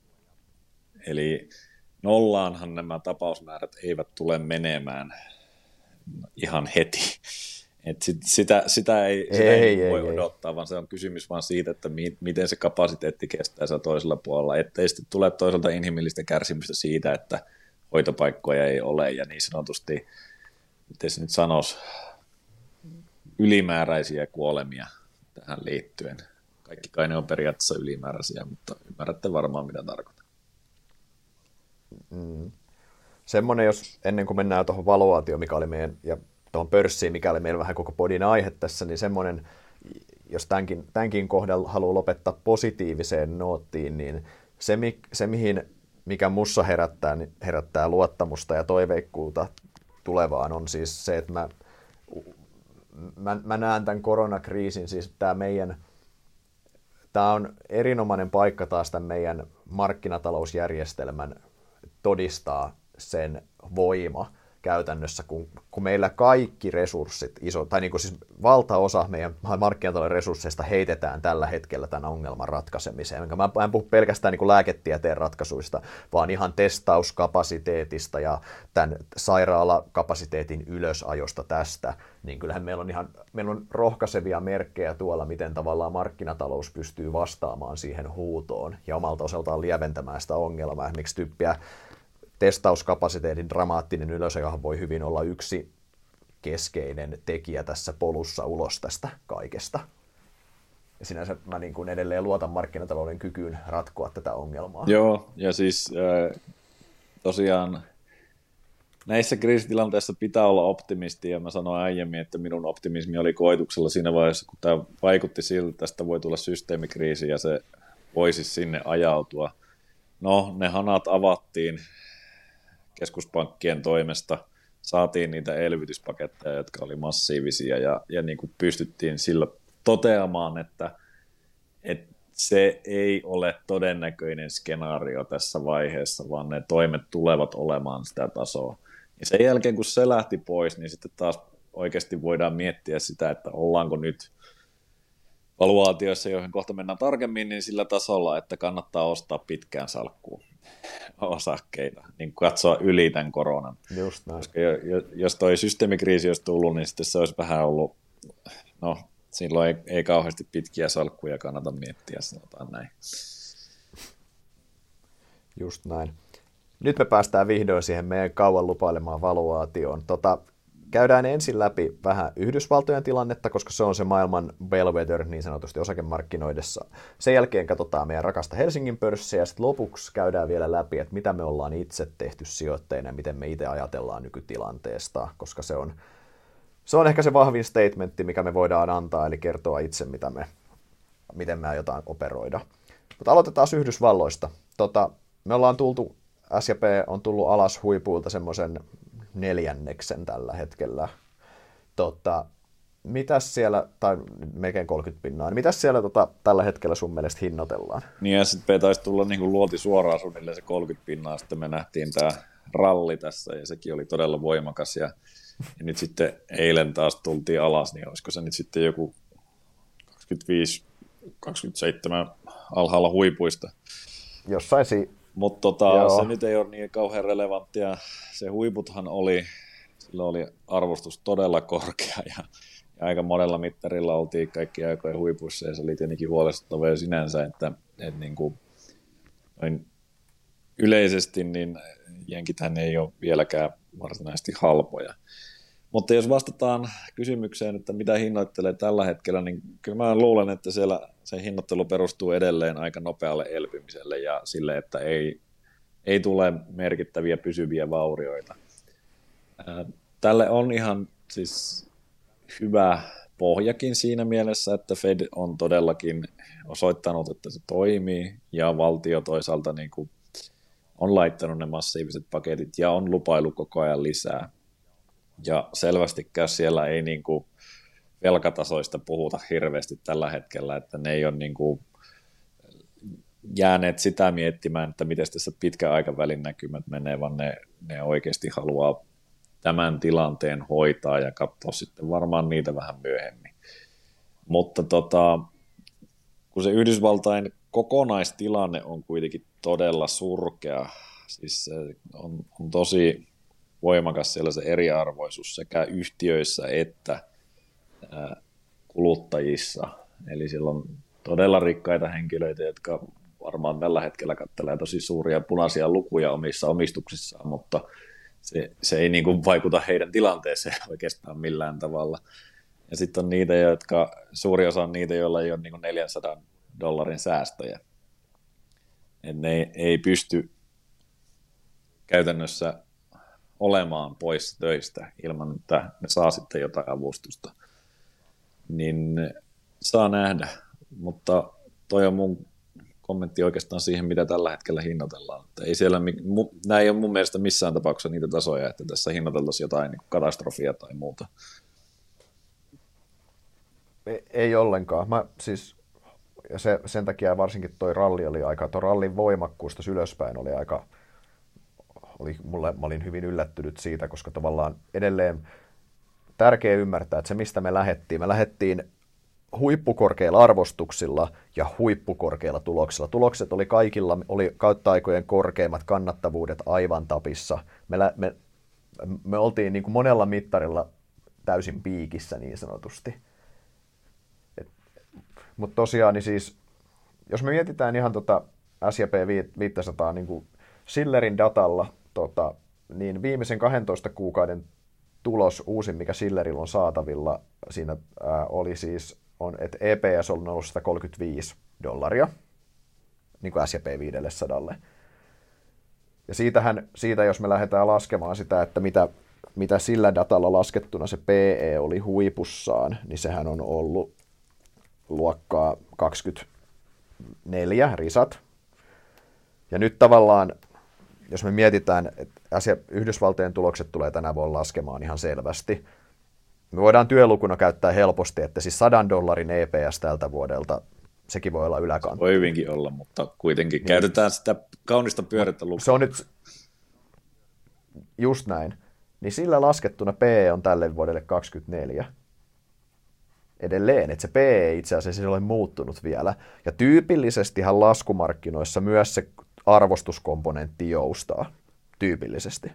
Eli nollaanhan nämä tapausmäärät eivät tule menemään ihan heti. Et sit, sitä, sitä ei, sitä ei, ei voi ei, odottaa, ei. Vaan se on kysymys vaan siitä, että mi, miten se kapasiteetti kestää siellä toisella puolella, ettei sitten tule toisaalta inhimillistä kärsimystä siitä, että hoitopaikkoja ei ole ja niin sanotusti, miten se nyt sanoisi, ylimääräisiä kuolemia tähän liittyen. Kaikki kai ne on periaatteessa ylimääräisiä, mutta ymmärrätte varmaan mitä tarkoitan. Mm. Semmoinen, jos ennen kuin mennään tuohon valuaatioon, mikä oli meidän, ja tuohon pörssiin, mikä oli meillä vähän koko podin aihe tässä, niin semmoinen, jos tämänkin, tämänkin kohdalla haluaa lopettaa positiiviseen noottiin, niin se, se mihin, mikä mussa herättää, niin herättää luottamusta ja toiveikkuutta tulevaan, on siis se, että mä, mä, mä näen tämän koronakriisin, siis tämä meidän, tämä on erinomainen paikka taas tämän meidän markkinatalousjärjestelmän todistaa sen voima käytännössä, kun, kun meillä kaikki resurssit, iso, tai niin kuin siis valtaosa meidän markkinatalouden resursseista heitetään tällä hetkellä tämän ongelman ratkaisemiseen. Mä en puhu pelkästään niin kuin lääketieteen ratkaisuista, vaan ihan testauskapasiteetista ja tämän sairaalakapasiteetin ylösajosta tästä. Niin kyllähän meillä on, ihan, meillä on rohkaisevia merkkejä tuolla, miten tavallaan markkinatalous pystyy vastaamaan siihen huutoon ja omalta osaltaan lieventämään sitä ongelmaa. Esimerkiksi tyyppiä testauskapasiteetin dramaattinen ylösajohan voi hyvin olla yksi keskeinen tekijä tässä polussa ulos tästä kaikesta. Ja sinänsä mä niin kuin edelleen luotan markkinatalouden kykyyn ratkoa tätä ongelmaa. Joo, ja siis äh, tosiaan näissä kriisitilanteissa pitää olla optimisti, ja mä sanoin aiemmin, että minun optimismi oli koetuksella siinä vaiheessa, kun tämä vaikutti siltä, että tästä voi tulla systeemikriisi, ja se voisi sinne ajautua. No, ne hanat avattiin keskuspankkien toimesta, saatiin niitä elvytyspaketteja, jotka oli massiivisia, ja, ja niin kuin pystyttiin sillä toteamaan, että, että se ei ole todennäköinen skenaario tässä vaiheessa, vaan ne toimet tulevat olemaan sitä tasoa. Ja sen jälkeen, kun se lähti pois, niin sitten taas oikeasti voidaan miettiä sitä, että ollaanko nyt valuaatioissa, joihin kohta mennään tarkemmin, niin sillä tasolla, että kannattaa ostaa pitkään salkkuun osakkeita, niin katsoa yli tämän koronan. Just näin. Koska jos toi systeemikriisi olisi tullut, niin sitten se olisi vähän ollut, no silloin ei, ei kauheasti pitkiä salkkuja kannata miettiä, sanotaan näin. Just näin. Nyt me päästään vihdoin siihen meidän kauan lupailemaan valuaatioon. Tota, käydään ensin läpi vähän Yhdysvaltojen tilannetta, koska se on se maailman bellwether niin sanotusti osakemarkkinoidessa. Sen jälkeen katsotaan meidän rakasta Helsingin pörssiä ja sitten lopuksi käydään vielä läpi, että mitä me ollaan itse tehty sijoittajina ja miten me itse ajatellaan nykytilanteesta, koska se on, se on ehkä se vahvin statementti, mikä me voidaan antaa, eli kertoa itse, mitä me, miten me aiotaan operoida. Mutta aloitetaan Yhdysvalloista. Tota, me ollaan tultu, S and P on tullut alas huipuilta semmoisen neljänneksen tällä hetkellä. Tota, mitäs siellä, tai melkein kolmekymmentä pinnaa, niin mitäs siellä tota, tällä hetkellä sun mielestä hinnoitellaan? Niin S and P taisi tulla niin kuin luoti suoraan suunnilleen se kolmekymmentä pinnaa, sitten me nähtiin tämä ralli tässä, ja sekin oli todella voimakas, ja, ja nyt sitten eilen taas tultiin alas, niin olisiko se nyt sitten joku kaksikymmentäviisi kaksikymmentäseitsemän alhaalla huipuista. Jossain si- Mutta tota, se nyt ei ole niin kauhean relevanttia. Se huiputhan oli, sillä oli arvostus todella korkea ja, ja aika monella mittarilla oltiin kaikki aikojen huipuissa ja se oli tietenkin huolestuttavaa jo sinänsä, että, että niin kuin, yleisesti niin jenkithän ei ole vieläkään varsinaisesti halpoja. Mutta jos vastataan kysymykseen, että mitä hinnoittelee tällä hetkellä, niin kyllä mä luulen, että siellä se hinnoittelu perustuu edelleen aika nopealle elpymiselle ja sille, että ei, ei tule merkittäviä pysyviä vaurioita. Tälle on ihan siis hyvä pohjakin siinä mielessä, että Fed on todellakin osoittanut, että se toimii ja valtio toisaalta niin kuin on laittanut ne massiiviset paketit ja on lupailu koko ajan lisää. Ja selvästikään siellä ei niin kuin velkatasoista puhuta hirveästi tällä hetkellä, että ne ei ole niin kuin jääneet sitä miettimään, että miten tässä pitkän aikavälin näkymät menee, vaan ne, ne oikeasti haluaa tämän tilanteen hoitaa ja katsoa sitten varmaan niitä vähän myöhemmin. Mutta tota, kun se Yhdysvaltain kokonaistilanne on kuitenkin todella surkea, siis se on, on tosi voimakas siellä se eriarvoisuus sekä yhtiöissä että kuluttajissa. Eli siellä on todella rikkaita henkilöitä, jotka varmaan tällä hetkellä katselee tosi suuria punaisia lukuja omissa omistuksissaan, mutta se, se ei niin kuin vaikuta heidän tilanteeseen oikeastaan millään tavalla. Ja sitten on niitä, jotka, suuri osa on niitä, joilla ei ole niin kuin neljänsadan dollarin säästöjä. Et ne ei, ei pysty käytännössä olemaan pois töistä ilman, että ne saa sitten jotain avustusta. Niin saa nähdä, mutta toi on mun kommentti oikeastaan siihen, mitä tällä hetkellä hinnoitellaan. Että ei siellä, nämä ei ole mun mielestä missään tapauksessa niitä tasoja, että tässä hinnoiteltaisiin jotain niin katastrofia tai muuta. Ei, ei ollenkaan. Mä siis, ja se, sen takia varsinkin toi ralli oli aika, toi rallin voimakkuus tässä ylöspäin oli aika, oli, mulle, mä olin hyvin yllättynyt siitä, koska tavallaan edelleen tärkeää ymmärtää, että se mistä me lähettiin, me lähettiin huippukorkeilla arvostuksilla ja huippukorkeilla tuloksilla. Tulokset oli kaikilla, oli kautta aikojen korkeimmat kannattavuudet aivan tapissa. Me, me, me oltiin niin kuin monella mittarilla täysin piikissä niin sanotusti. Mutta tosiaan, niin siis, jos me mietitään ihan tota S and P viisisataa niin kuin Shillerin datalla, tota, niin viimeisen kahdentoista kuukauden tulos uusin, mikä Shillerillä on saatavilla, siinä ää, oli siis, on, että E P S on noussut sata kolmekymmentäviisi dollaria, niin kuin S and P viisisataa. Ja siitähän, siitä jos me lähdetään laskemaan sitä, että mitä, mitä sillä datalla laskettuna se P E oli huipussaan, niin sehän on ollut luokkaa kaksikymmentäneljä risat. Ja nyt tavallaan, jos me mietitään, että asia, Yhdysvaltojen tulokset tulee tänä vuonna laskemaan ihan selvästi, me voidaan työlukuna käyttää helposti, että siis sadan dollarin E P S tältä vuodelta, sekin voi olla yläkanta. Voi hyvinkin olla, mutta kuitenkin niin. Käytetään sitä kaunista pyörettä lukua. Se on nyt just näin. Niin sillä laskettuna P E on tälle vuodelle kaksikymmentäneljä. edelleen, että se P E itse asiassa ei ole muuttunut vielä. Ja tyypillisestihan laskumarkkinoissa myös se arvostuskomponentti joustaa, tyypillisesti.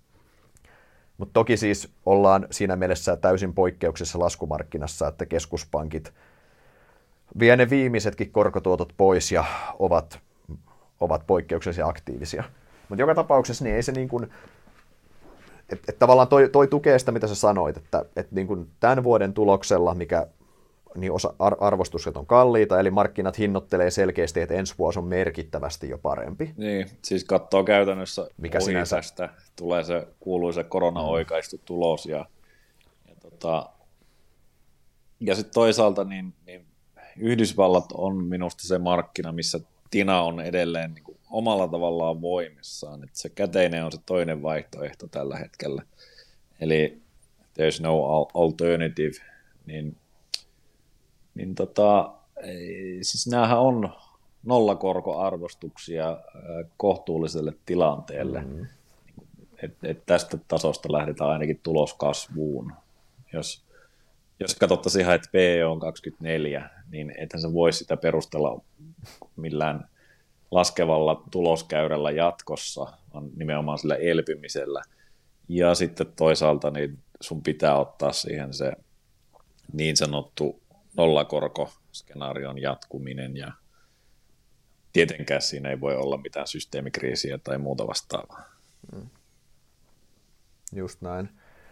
Mutta toki siis ollaan siinä mielessä täysin poikkeuksessa laskumarkkinassa, että keskuspankit vie ne viimeisetkin korkotuotot pois ja ovat, ovat poikkeuksellisia aktiivisia. Mutta joka tapauksessa niin ei se niin kuin, että et tavallaan toi, toi tukee sitä, mitä sä sanoit, että et niin kuin tämän vuoden tuloksella, mikä niin osa arvostukset on kalliita, eli markkinat hinnoittelee selkeästi, että ensi vuosi on merkittävästi jo parempi. Niin, siis katsoo käytännössä mikä ohi sinänsä tästä, tulee se kuuluisa korona-oikaistu tulos, ja, ja, tota, ja sitten toisaalta niin, niin Yhdysvallat on minusta se markkina, missä Tina on edelleen niin kuin omalla tavallaan voimissaan, että se käteinen on se toinen vaihtoehto tällä hetkellä, eli there's no alternative, niin Niin tota, siis näähän on nollakorkoarvostuksia kohtuulliselle tilanteelle. Mm. Et, et tästä tasosta lähdetään ainakin tuloskasvuun. Jos, jos katsottaisiin ihan, että P E on kaksikymmentäneljä, niin ethän se voi sitä perustella millään laskevalla tuloskäyrällä jatkossa, vaan nimenomaan sillä elpymisellä. Ja sitten toisaalta niin sun pitää ottaa siihen se niin sanottu nollakorkoskenaarion jatkuminen, ja tietenkään siinä ei voi olla mitään systeemikriisiä tai muuta vastaavaa. Mm. Just näin.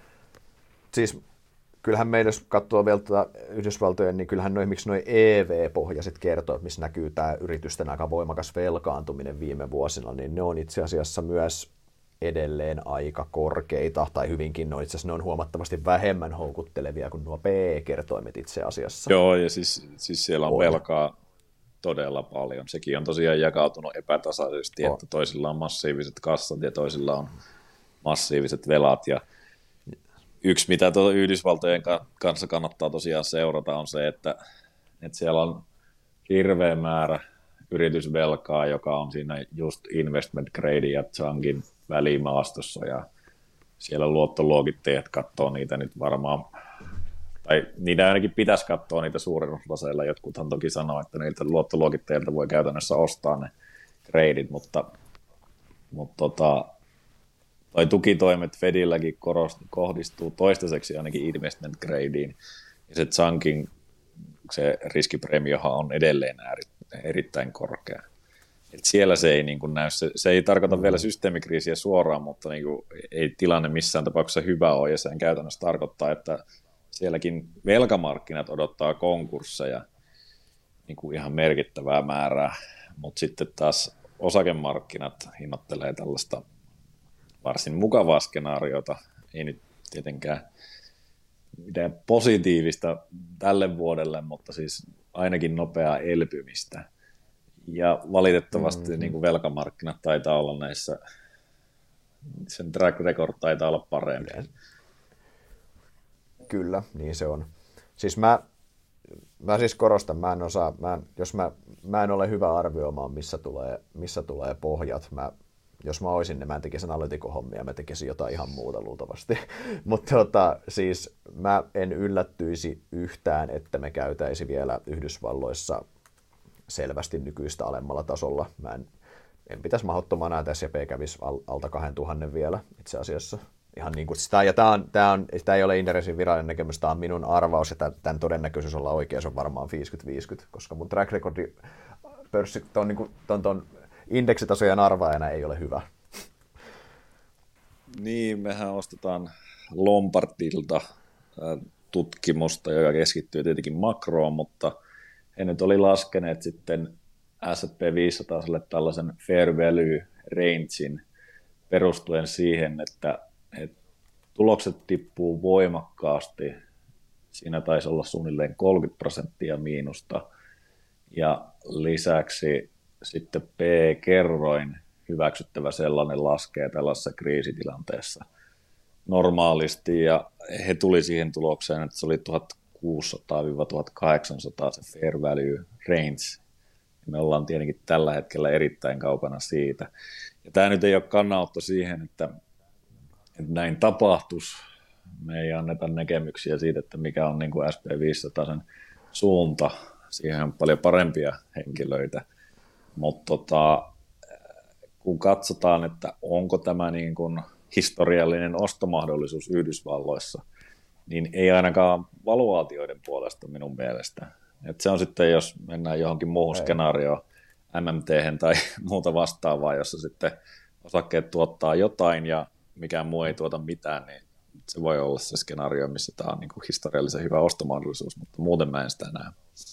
Siis kyllähän meidän, jos katsoo vielä tuota Yhdysvaltojen, niin kyllähän noi, miksi nuo E V-pohjaiset kertoo, että missä näkyy tämä yritysten aika voimakas velkaantuminen viime vuosina, niin ne on itse asiassa myös edelleen aika korkeita, tai hyvinkin no itse asiassa ne on huomattavasti vähemmän houkuttelevia kuin nuo P E-kertoimet itse asiassa. Joo, ja siis, siis siellä on, on velkaa todella paljon. Sekin on tosiaan jakautunut epätasaisesti, on. Että toisilla on massiiviset kassat ja toisilla on massiiviset velat, ja yksi, mitä tuota Yhdysvaltojen kanssa kannattaa tosiaan seurata, on se, että, että siellä on hirveä määrä yritysvelkaa, joka on siinä just investment grade ja chunkin välimaastossa, ja siellä luottoluokittajat katsoo niitä nyt varmaan, tai niitä ainakin pitäisi katsoa niitä suurennuslaseilla. Jotkuthan toki sanoo, että niiltä luottoluokittajilta voi käytännössä ostaa ne gradeit, mutta, mutta tota, toi tukitoimet Fedilläkin korost, kohdistuu toistaiseksi ainakin investment gradeen, ja se chunkin, se riskipremiohan on edelleen erittäin korkea. Et siellä se ei niin kuin näy, se, se ei tarkoita mm. vielä systeemikriisiä suoraan, mutta niin kuin ei tilanne missään tapauksessa hyvä ole, ja sen käytännössä tarkoittaa, että sielläkin velkamarkkinat odottaa konkursseja niin kuin ihan merkittävää määrää, mutta sitten taas osakemarkkinat hinnoittelee tällaista varsin mukavaa skenaariota, ei nyt tietenkään mitään positiivista tälle vuodelle, mutta siis ainakin nopeaa elpymistä. Ja valitettavasti mm-hmm. niin kuin velkamarkkinat taitaa olla näissä, sen track record taitaa olla parempi. Kyllä, niin se on. Siis mä, mä siis korostan, mä en osaa, mä en, jos mä, mä en ole hyvä arvioimaan, missä tulee, missä tulee pohjat. Mä, jos mä olisin, niin mä en tekisi analytikohommia, mä tekisin jotain ihan muuta luultavasti. Mutta tota, siis mä en yllättyisi yhtään, että me käytäisi vielä Yhdysvalloissa selvästi nykyistä alemmalla tasolla. Mä en, en pitäisi mahdottomana, että S and P kävisi alta kaksituhatta vielä itse asiassa. Ihan niin kuin sitä, ja tämä, on, tämä, on, tämä ei ole Inderesin virallinen näkemys, tämä on minun arvaus, ja tämän todennäköisyys olla oikein, se on varmaan viisikymmentä viisikymmentä, koska mun track recordi pörssi, ton, niin kuin, ton, ton indeksitasojen arvaajana ei ole hyvä. Niin, mehän ostetaan Lombardilta tutkimusta, joka keskittyy tietenkin makroon, mutta he nyt oli laskeneet sitten S and P viisisataa tällaisen fair value rangein perustuen siihen, että, että tulokset tippuu voimakkaasti. Siinä taisi olla suunnilleen kolmekymmentä prosenttia miinusta. Ja lisäksi sitten P-kerroin hyväksyttävä sellainen laskee tällaisessa kriisitilanteessa normaalisti. Ja he tuli siihen tulokseen, että se oli tuhatkuusisataa tuhatkahdeksansataa se fair value range. Me ollaan tietenkin tällä hetkellä erittäin kaukana siitä. Ja tämä nyt ei ole kannanotto siihen, että, että näin tapahtuisi, me ei anneta näkemyksiä siitä, että mikä on niin kuin S P viisisataa sen suunta. Siihen on paljon parempia henkilöitä, mutta tota, kun katsotaan, että onko tämä niin kuin historiallinen ostomahdollisuus Yhdysvalloissa, niin ei ainakaan valuaatioiden puolesta minun mielestä. Et se on sitten, jos mennään johonkin muuhun ei. skenaarioon, M M T:hen tai muuta vastaavaa, jossa sitten osakkeet tuottaa jotain ja mikään muu ei tuota mitään, niin se voi olla se skenaario, missä tämä on niin kuin historiallisen hyvä ostomahdollisuus, mutta muuten mä en sitä näe.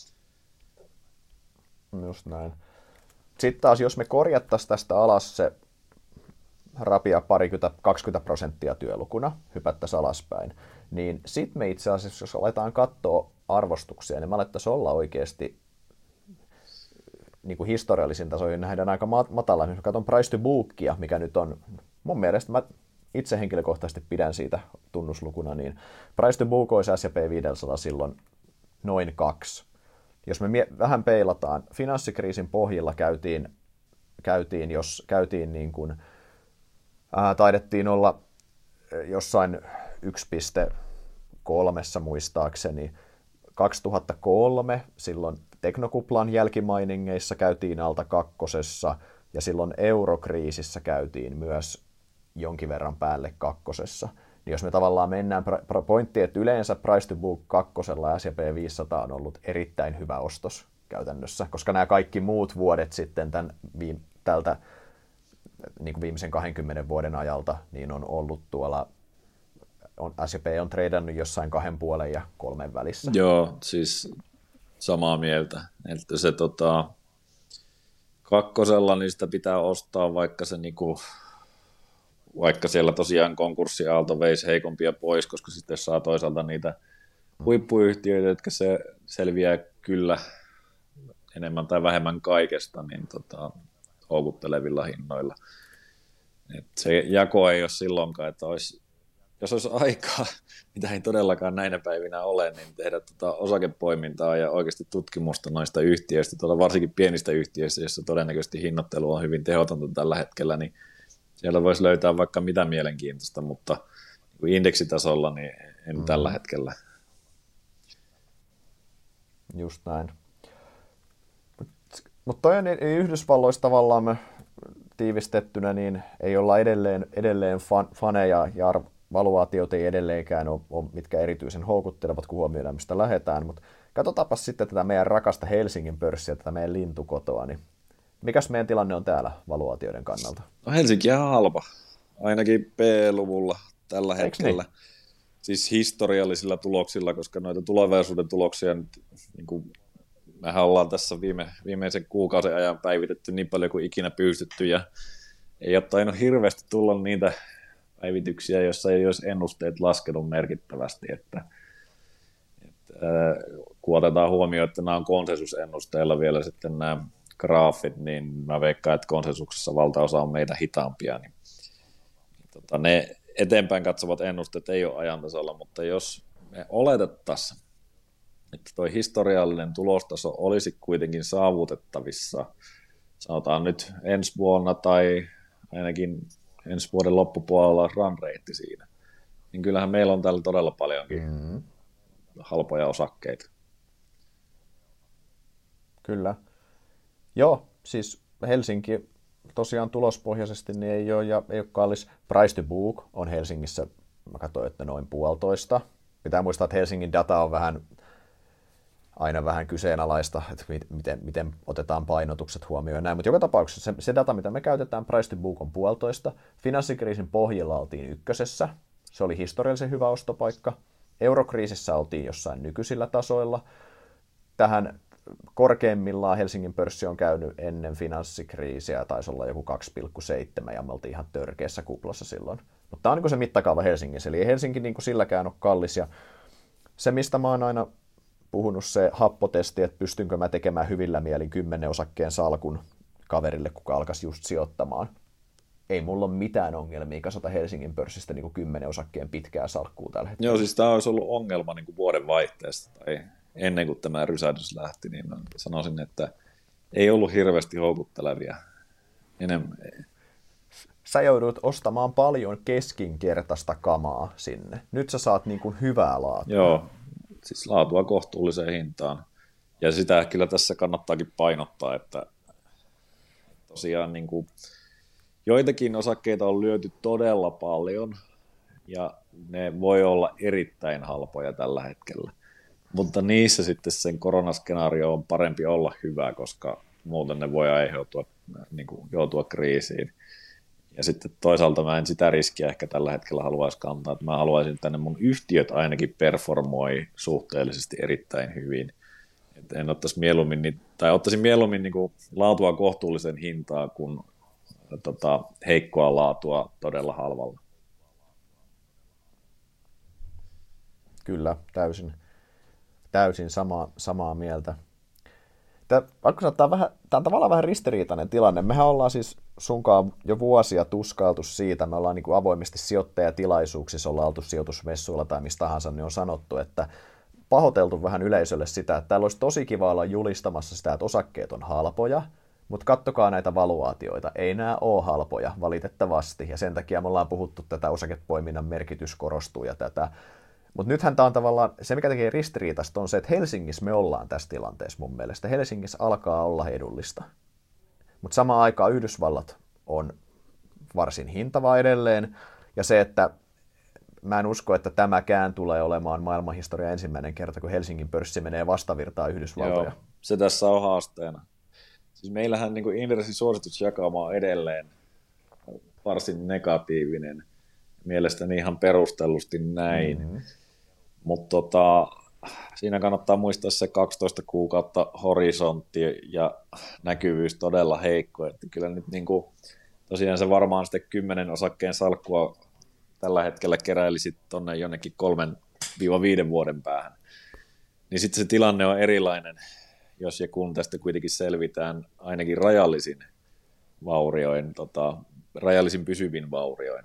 Just näin. Sitten taas, jos me korjattaisiin tästä alas se rapia parikymmentä, kaksikymmentä prosenttia työlukuna, hypättäisiin alaspäin, niin sitten me itse asiassa, jos aletaan katsoa arvostuksia, niin me alettaisiin olla oikeasti niin kuin historiallisiin tasoihin nähdään aika matala. Jos katson price to bookia, mikä nyt on, mun mielestä mä itse henkilökohtaisesti pidän siitä tunnuslukuna, niin price to book olisi S and P viisisataa silloin noin kaksi. Jos me mie- vähän peilataan, finanssikriisin pohjilla käytiin, käytiin jos käytiin niin kuin, ää, taidettiin olla jossain yksi pilkku kolme muistaakseni, kaksituhattakolme silloin teknokuplan jälkimainingeissa käytiin alta kakkosessa ja silloin eurokriisissä käytiin myös jonkin verran päälle kakkosessa. Niin jos me tavallaan mennään pointtiin, että yleensä price to book kakkosella S and P viisisataa on ollut erittäin hyvä ostos käytännössä, koska nämä kaikki muut vuodet sitten tämän, tältä niin kuin viimeisen kahdenkymmenen vuoden ajalta niin on ollut tuolla, on, S and P on treidannut jossain kahden puolen ja kolmen välissä. Joo, siis samaa mieltä. Että se tota, kakkosella niin sitä pitää ostaa, vaikka se niinku, vaikka siellä tosiaan konkurssiaalto veisi heikompia pois, koska sitten saa toisaalta niitä huippuyhtiöitä, jotka se selviää kyllä enemmän tai vähemmän kaikesta, niin tota, houkuttelevilla hinnoilla. Et se jako ei ole silloinkaan, että olisi, jos olisi aikaa, mitä ei todellakaan näinä päivinä ole, niin tehdä tota osakepoimintaa ja oikeasti tutkimusta noista yhtiöistä, tuolla varsinkin pienistä yhtiöistä, joissa todennäköisesti hinnoittelu on hyvin tehotonta tällä hetkellä, niin siellä voisi löytää vaikka mitä mielenkiintoista, mutta indeksitasolla niin en mm. tällä hetkellä. Just näin. Mutta toi on Yhdysvalloissa tavallaan me tiivistettynä, niin ei olla edelleen, edelleen fan, faneja ja valuaatiot ei edelleenkään ole, ole mitkä erityisen houkuttelevat, kun huomioidaan, mistä lähdetään. Mutta katsotaanpa sitten tätä meidän rakasta Helsingin pörssiä, tätä meidän lintukotoa, niin mikäs meidän tilanne on täällä valuaatioiden kannalta? No Helsinki on halpa, ainakin P-luvulla tällä hetkellä. Niin? Siis historiallisilla tuloksilla, koska noita tulevaisuuden tuloksia nyt, niin kuin mehän ollaan tässä viime, viimeisen kuukauden ajan päivitetty niin paljon kuin ikinä pystytty, ja ei ole tainnut hirveästi tulla niitä päivityksiä, joissa ei olisi ennusteet laskenut merkittävästi, että, että kun otetaan huomioon, että nämä on konsensusennusteilla vielä sitten nämä graafit, niin mä veikkaan, että konsensuksessa valtaosa on meitä hitaampia, niin tota, ne eteenpäin katsovat ennusteet ei ole ajantasalla, mutta jos me oletettaisiin, että tuo historiallinen tulostaso olisi kuitenkin saavutettavissa, sanotaan nyt ensi vuonna tai ainakin ensi vuoden loppupuolella run rate siinä, niin kyllähän meillä on täällä todella paljonkin mm-hmm. halpoja osakkeita. Kyllä. Joo, siis Helsinki tosiaan tulospohjaisesti niin ei ole, ja ei ole kallis. Price to book on Helsingissä, mä katsoin, että noin puolitoista. Pitää muistaa, että Helsingin data on vähän, aina vähän kyseenalaista, että miten, miten otetaan painotukset huomioon näin, mutta joka tapauksessa se, se data, mitä me käytetään, price to book on puolitoista. Finanssikriisin pohjilla oltiin ykkösessä, se oli historiallisen hyvä ostopaikka. Eurokriisissä oltiin jossain nykyisillä tasoilla. Tähän korkeimmillaan Helsingin pörssi on käynyt ennen finanssikriisiä, taisi olla joku kaksi pilkku seitsemän, ja me oltiin ihan törkeässä kuplassa silloin. Mutta tämä on niin se mittakaava Helsingissä, eli ei Helsinki niin silläkään ole kallis, ja se, mistä mä oon aina puhunut, se happotesti, että pystynkö mä tekemään hyvillä mielin kymmenen osakkeen salkun kaverille, kuka alkaisi just sijoittamaan. Ei mulla ole mitään ongelmia kasata Helsingin pörssistä niin kymmenen osakkeen pitkää salkkuu tällä hetkellä. Joo, siis tämä olisi ollut ongelma niin kuin vuoden vaihteesta tai ennen kuin tämä rysähdys lähti, niin mä sanoisin, että ei ollut hirveästi houkuttelevia enemmän. sä joudut ostamaan paljon keskinkertaista kamaa sinne. Nyt sä saat niin kuin hyvää laatua. Joo, siis laatua kohtuulliseen hintaan. Ja sitä kyllä tässä kannattaakin painottaa, että tosiaan niin kuin joitakin osakkeita on lyöty todella paljon, ja ne voi olla erittäin halpoja tällä hetkellä. Mutta niissä sitten sen koronaskenaario on parempi olla hyvä, koska muuten ne voi aiheutua, niin kuin joutua kriisiin. Ja sitten toisaalta mä en sitä riskiä ehkä tällä hetkellä haluaisi kantaa, että mä haluaisin, että ne mun yhtiöt ainakin performoi suhteellisesti erittäin hyvin. Että en ottaisi mieluummin, tai ottaisin mieluummin niin kuin laatua kohtuullisen hintaa kuin tota, heikkoa laatua todella halvalla. Kyllä, täysin, täysin sama, samaa mieltä. Tämä, vaikka tämä on, vähän, tämä on tavallaan vähän ristiriitainen tilanne. Mehän ollaan siis sunkaan jo vuosia tuskailtu siitä, me ollaan niin kuin avoimesti sijoittajatilaisuuksissa, ollaan oltu sijoitusmessuilla tai mistä tahansa, niin on sanottu, että pahoiteltu vähän yleisölle sitä, että täällä olisi tosi kiva olla julistamassa sitä, että osakkeet on halpoja, mutta kattokaa näitä valuaatioita, ei nämä ole halpoja valitettavasti, ja sen takia me ollaan puhuttu tätä osakepoiminnan merkitys korostuu ja tätä. Mutta nythän tämä on tavallaan, se mikä tekee ristiriitasta on se, että Helsingissä me ollaan tässä tilanteessa mun mielestä. Helsingissä alkaa olla edullista. Mutta samaan aikaan Yhdysvallat on varsin hintava edelleen. Ja se, että mä en usko, että tämäkään tulee olemaan maailmanhistorian ensimmäinen kerta, kun Helsingin pörssi menee vastavirtaan Yhdysvaltoja. Joo, se tässä on haasteena. Siis meillähän niin kuin Inderesin suositusjakauma on edelleen varsin negatiivinen. Mielestäni ihan perustellusti näin. Mm-hmm. Mutta tota, siinä kannattaa muistaa se kaksitoista kuukautta horisontti ja näkyvyys todella heikko. Että kyllä nyt niin kuin, tosiaan se varmaan sitten kymmenen osakkeen salkkua tällä hetkellä keräilisi tuonne jonnekin kolmen viiden vuoden päähän. Niin sitten se tilanne on erilainen, jos ja kun tästä kuitenkin selvitään ainakin rajallisin vaurioin, tota, rajallisin pysyvin vaurioin.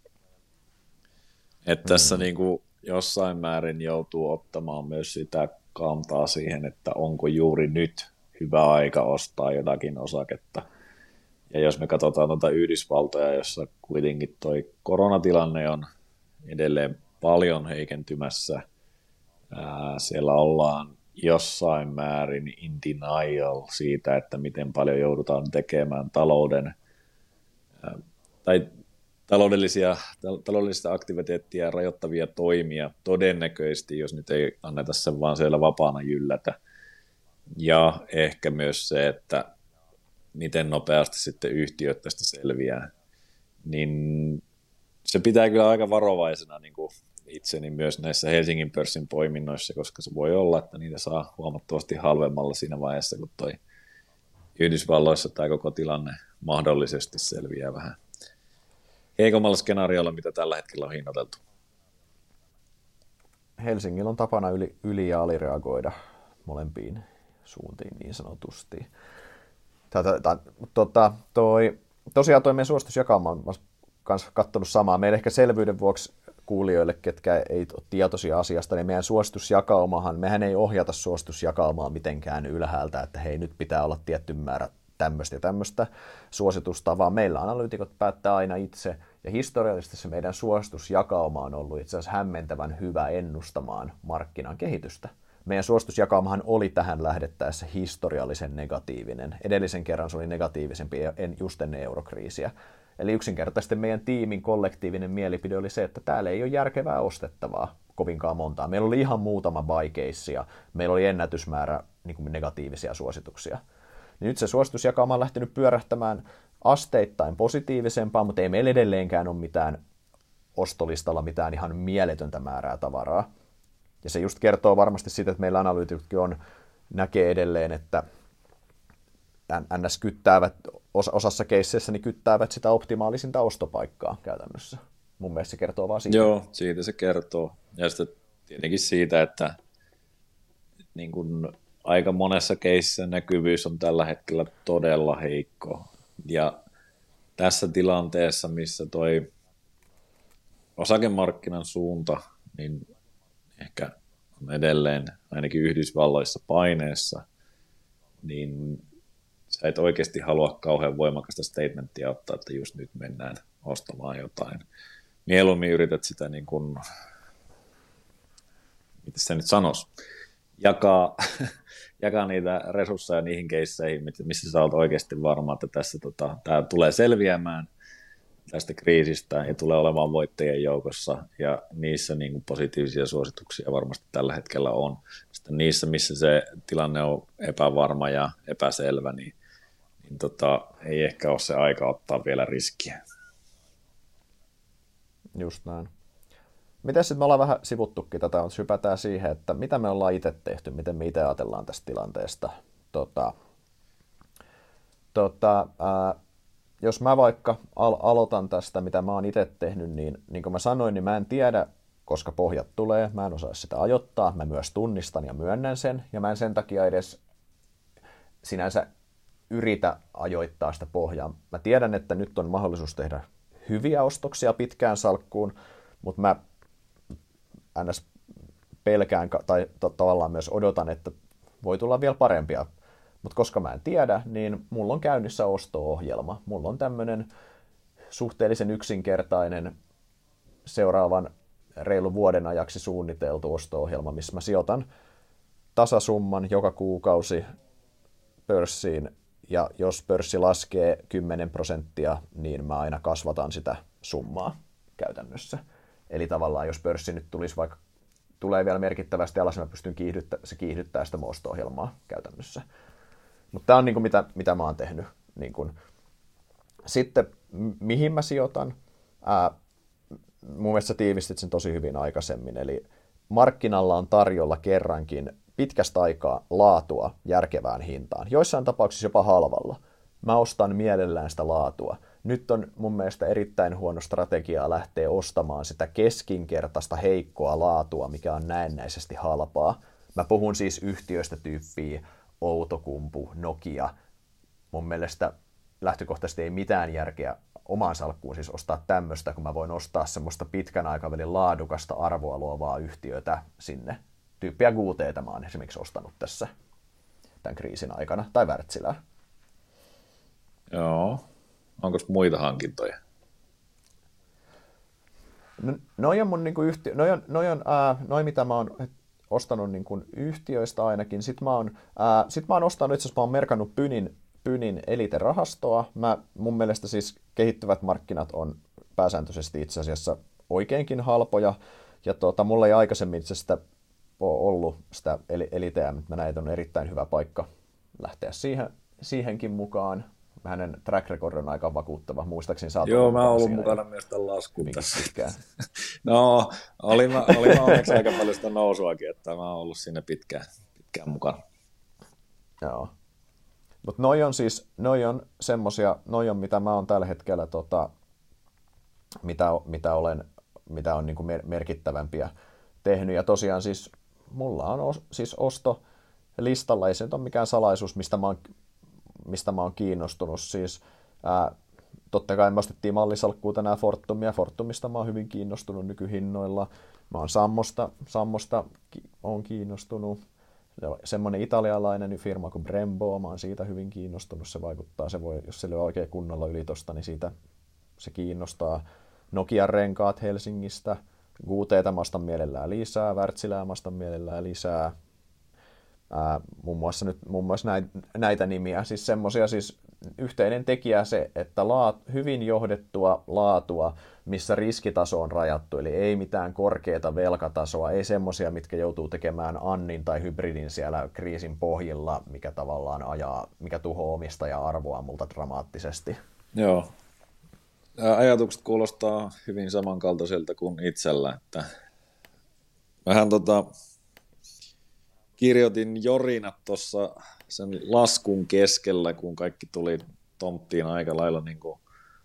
Että tässä mm. niin kuin jossain määrin joutuu ottamaan myös sitä kantaa siihen, että onko juuri nyt hyvä aika ostaa jotakin osaketta. Ja jos me katsotaan tuota Yhdysvaltoja, jossa kuitenkin toi koronatilanne on edelleen paljon heikentymässä, ää, siellä ollaan jossain määrin in denial siitä, että miten paljon joudutaan tekemään talouden ää, tai taloudellisia, taloudellista aktiviteettia rajoittavia toimia todennäköisesti, jos nyt ei anneta sen vaan siellä vapaana jyllätä. Ja ehkä myös se, että miten nopeasti sitten yhtiöt tästä selviää, niin se pitää kyllä aika varovaisena niin kuin itseni myös näissä Helsingin pörssin poiminnoissa, koska se voi olla, että niitä saa huomattavasti halvemmalla siinä vaiheessa, kun toi Yhdysvalloissa tämä koko tilanne mahdollisesti selviää vähän heikommalla skenaariolla, mitä tällä hetkellä on hinnoiteltu. Helsingillä on tapana yli, yli- ja alireagoida molempiin suuntiin niin sanotusti. Tätä, tätä, tota, toi, tosiaan toi meidän suositusjakauma on myös katsonut samaa. Meillä ehkä selvyyden vuoksi kuulijoille, ketkä ei ole tietoisia asiasta, niin meidän suositusjakaumahan, mehän ei ohjata suositusjakaumaa mitenkään ylhäältä, että hei, nyt pitää olla tietty määrä tämmöistä ja tämmöistä suositusta, vaan meillä analyytikot päättää aina itse, ja historiallisesti se meidän suositusjakauma on ollut itse asiassa hämmentävän hyvä ennustamaan markkinan kehitystä. Meidän suositusjakaumahan oli tähän lähdettäessä historiallisen negatiivinen. Edellisen kerran se oli negatiivisempi just ennen eurokriisiä. Eli yksinkertaisesti meidän tiimin kollektiivinen mielipide oli se, että täällä ei ole järkevää ostettavaa kovinkaan montaa. Meillä oli ihan muutama buy case ja meillä oli ennätysmäärä niin kuin negatiivisia suosituksia. Niin nyt se suositusjakauma on lähtenyt pyörähtämään asteittain positiivisempaa, mutta ei meillä edelleenkään ole mitään ostolistalla mitään ihan mieletöntä määrää tavaraa. Ja se just kertoo varmasti siitä, että meillä analyytikotkin on, näkee edelleen, että N S kyttäävät, osassa keisseissä niin kyttäävät sitä optimaalisinta ostopaikkaa käytännössä. Mun mielestä se kertoo vaan siitä. Joo, siitä se kertoo. Ja sitten tietenkin siitä, että niin kun aika monessa keississä näkyvyys on tällä hetkellä todella heikko. Ja tässä tilanteessa, missä toi osakemarkkinan suunta, niin ehkä on edelleen ainakin Yhdysvalloissa paineessa, niin sä et oikeasti halua kauhean voimakasta statementtia ottaa, että just nyt mennään ostamaan jotain. Mieluummin yrität sitä, niin kuin, miten se nyt sanoisi, jakaa, jakaa niitä resursseja niihin keisseihin, missä sä oot oikeasti varma, että tässä tota, tämä tulee selviämään tästä kriisistä ja tulee olemaan voittajien joukossa, ja niissä niin kuin positiivisia suosituksia varmasti tällä hetkellä on. Sitten niissä, missä se tilanne on epävarma ja epäselvä, niin, niin tota, ei ehkä ole se aika ottaa vielä riskiä. Just näin. Miten sitten me ollaan vähän sivuttukin tätä, mutta hypätään siihen, että mitä me ollaan itse tehty, miten me itse ajatellaan tästä tilanteesta. Tota, tota, ää, jos mä vaikka al- aloitan tästä, mitä mä oon itse tehnyt, niin niin kuin mä sanoin, niin mä en tiedä, koska pohjat tulee, mä en osaa sitä ajoittaa, mä myös tunnistan ja myönnän sen, ja mä en sen takia edes sinänsä yritä ajoittaa sitä pohjaa. Mä tiedän, että nyt on mahdollisuus tehdä hyviä ostoksia pitkään salkkuun, mutta mä ns. Pelkään tai to- tavallaan myös odotan, että voi tulla vielä parempia. Mutta koska mä en tiedä, niin mulla on käynnissä osto-ohjelma. Mulla on tämmöinen suhteellisen yksinkertainen seuraavan reilun vuoden ajaksi suunniteltu osto-ohjelma, missä mä sijoitan tasasumman joka kuukausi pörssiin, ja jos pörssi laskee kymmenen prosenttia, niin mä aina kasvatan sitä summaa käytännössä. Eli tavallaan jos pörssi nyt tulisi vaikka, tulee vielä merkittävästi alas, niin mä pystyn kiihdyttämään, se kiihdyttää sitä mun osto-ohjelmaa käytännössä. Mutta tämä on niin kuin mitä, mitä mä oon tehnyt. Niin kuin. Sitten mihin mä sijoitan? Ää, mun mielestä sä tiivistit sen tosi hyvin aikaisemmin. Eli markkinalla on tarjolla kerrankin pitkästä aikaa laatua järkevään hintaan. Joissain tapauksissa jopa halvalla. Mä ostan mielellään sitä laatua. Nyt on mun mielestä erittäin huono strategia lähteä ostamaan sitä keskinkertaista heikkoa laatua, mikä on näennäisesti halpaa. Mä puhun siis yhtiöistä tyyppiä Outokumpu, Nokia. Mun mielestä lähtökohtaisesti ei mitään järkeä omaan salkkuun siis ostaa tämmöistä, kun mä voin ostaa semmoista pitkän aikavälin laadukasta arvoa luovaa yhtiötä sinne. Tyyppiä G U T:tä mä oon esimerkiksi ostanut tässä tämän kriisin aikana, tai Wärtsilää. Joo. Onko muita hankintoja? No, noi on mun niinku yhtiö, noi on, noi on ää, noi mitä mä oon ostanut niinku yhtiöistä ainakin. Sitten mä oon, ää, sit mä oon ostanut, itse asiassa mä oon merkannut Pynin, Pynin Elite-rahastoa. Mä, mun mielestä siis kehittyvät markkinat on pääsääntöisesti itse asiassa oikeinkin halpoja. Ja tota, mulla ei aikaisemmin itse sitä ole ollut sitä Eliteä, mutta mä näin, että on erittäin hyvä paikka lähteä siihen, siihenkin mukaan. Hänen track record on aika vakuuttava. Muistaakseni sä oot Joo, mä oon ollut mukana myös tämän laskun tässä. Pitkään. No, olin mä, olin mä onneksi aika paljon sitä nousuakin, että mä oon ollut siinä pitkään, pitkään mukana. Joo. Mutta noi on siis, noi on semmosia, noi on mitä mä oon tällä hetkellä, tota, mitä, mitä olen, mitä on niinku merkittävämpiä tehnyt. Ja tosiaan siis, mulla on os, siis osto listalla, ei se nyt ole mikään salaisuus, mistä mä oon mistä mä oon kiinnostunut. Siis, ää, totta kai me ostettiin mallisalkkuun tänään Fortumia. Fortumista mä oon hyvin kiinnostunut nykyhinnoilla. Mä oon Sammosta, Sammosta ki- oon kiinnostunut. Semmoinen italialainen firma kuin Brembo, mä oon siitä hyvin kiinnostunut. Se vaikuttaa, se voi, jos se lyö oikein kunnolla yli tosta, niin siitä se kiinnostaa. Nokian renkaat Helsingistä. G U T:tä mä ostan mielellään lisää. Wärtsilää mä ostan mielellään lisää. Ää, muun muassa, nyt, muun muassa näitä, näitä nimiä, siis semmoisia siis yhteinen tekijä se, että laat, hyvin johdettua laatua, missä riskitaso on rajattu, eli ei mitään korkeata velkatasoa, ei semmoisia, mitkä joutuu tekemään Annin tai hybridin siellä kriisin pohjilla, mikä tavallaan ajaa, mikä tuhoaa omistaja-arvoa multa dramaattisesti. Joo. Ajatukset kuulostaa hyvin samankaltaiselta kuin itsellä, että vähän tota kirjoitin jorinat tuossa sen laskun keskellä, kun kaikki tuli tonttiin aika lailla niin kuin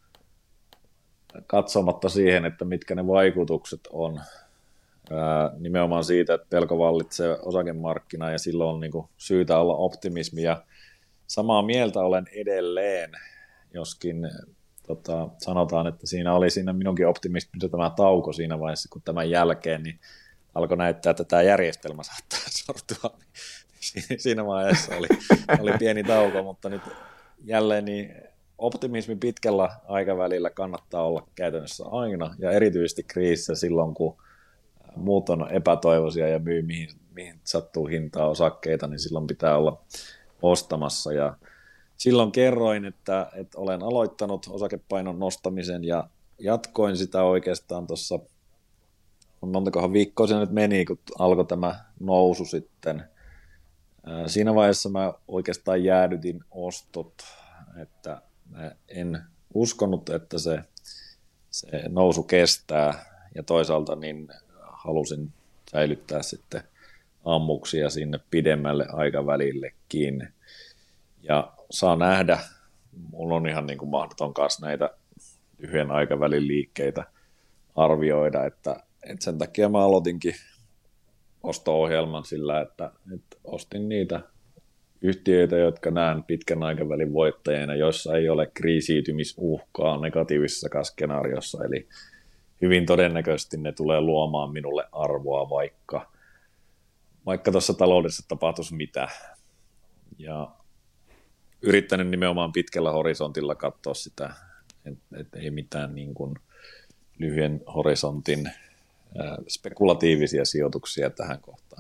katsomatta siihen, että mitkä ne vaikutukset on. Ää, nimenomaan siitä, että pelko vallitsee osakemarkkinaa ja silloin on niin kuin syytä olla optimismi. Ja samaa mieltä olen edelleen, joskin tota, sanotaan, että siinä oli siinä minunkin optimismi tämä tauko siinä vaiheessa, kun tämän jälkeen niin alkoi näyttää, että tämä järjestelmä saattaa sortua. Siinä vaiheessa oli, oli pieni tauko, mutta nyt jälleen niin optimismi pitkällä aikavälillä kannattaa olla käytännössä aina, ja erityisesti kriisissä silloin, kun muut on epätoivoisia ja myy mihin, mihin sattuu hintaa osakkeita, niin silloin pitää olla ostamassa. Ja silloin kerroin, että, että olen aloittanut osakepainon nostamisen ja jatkoin sitä oikeastaan tuossa, montakohan viikkoa se nyt meni, kun alkoi tämä nousu sitten. Siinä vaiheessa mä oikeastaan jäädytin ostot, että mä en uskonut, että se, se nousu kestää, ja toisaalta niin halusin säilyttää sitten ammuksia sinne pidemmälle aikavälillekin. Ja saa nähdä, mulla on ihan niin kuin mahdoton kanssa näitä lyhyen aikavälin liikkeitä arvioida, että, että sen takia mä aloitinkin osto-ohjelman sillä, että, että ostin niitä yhtiöitä, jotka näen pitkän aikavälin voittajina, joissa ei ole kriisiytymisuhkaa negatiivisessakaan skenaariossa, eli hyvin todennäköisesti ne tulee luomaan minulle arvoa, vaikka, vaikka tuossa taloudessa tapahtuisi mitä. Ja yrittänyt nimenomaan pitkällä horisontilla katsoa sitä, että et ei mitään niin kuin lyhyen horisontin ää, spekulatiivisia sijoituksia tähän kohtaan.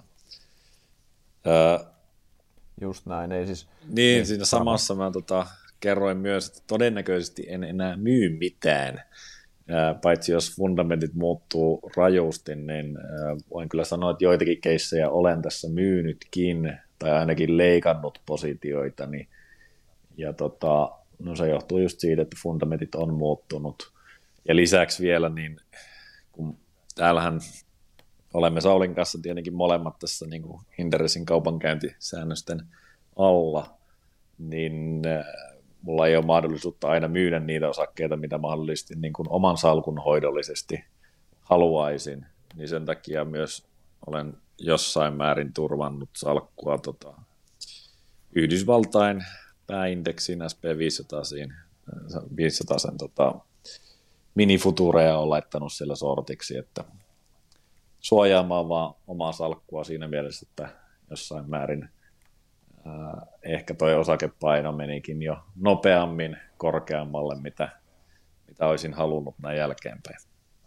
Ää, Just näin, ei siis... Niin, niin, siinä samassa mä tota, kerroin myös, että todennäköisesti en enää myy mitään. Ää, paitsi jos fundamentit muuttuu rajusti, niin ää, voin kyllä sanoa, että joitakin keissejä olen tässä myynytkin, tai ainakin leikannut positioitani. Ja tota, no se johtuu just siitä, että fundamentit on muuttunut. Ja lisäksi vielä, niin kun täällähän olemme Saulin kanssa tietenkin molemmat tässä niin kuin Inderesin kaupankäyntisäännösten alla, niin mulla ei ole mahdollisuutta aina myydä niitä osakkeita, mitä mahdollisesti niin kuin oman salkun hoidollisesti haluaisin. Niin sen takia myös olen jossain määrin turvannut salkkua tota, Yhdysvaltain pääindeksin S P viisisataa viisisataa sen tota, minifutureja on laittanut siellä sortiksi, että suojaamaan vaan omaa salkkua siinä mielessä, että jossain määrin ää, ehkä toi osakepaino menikin jo nopeammin korkeammalle, mitä, mitä olisin halunnut näin jälkeenpäin.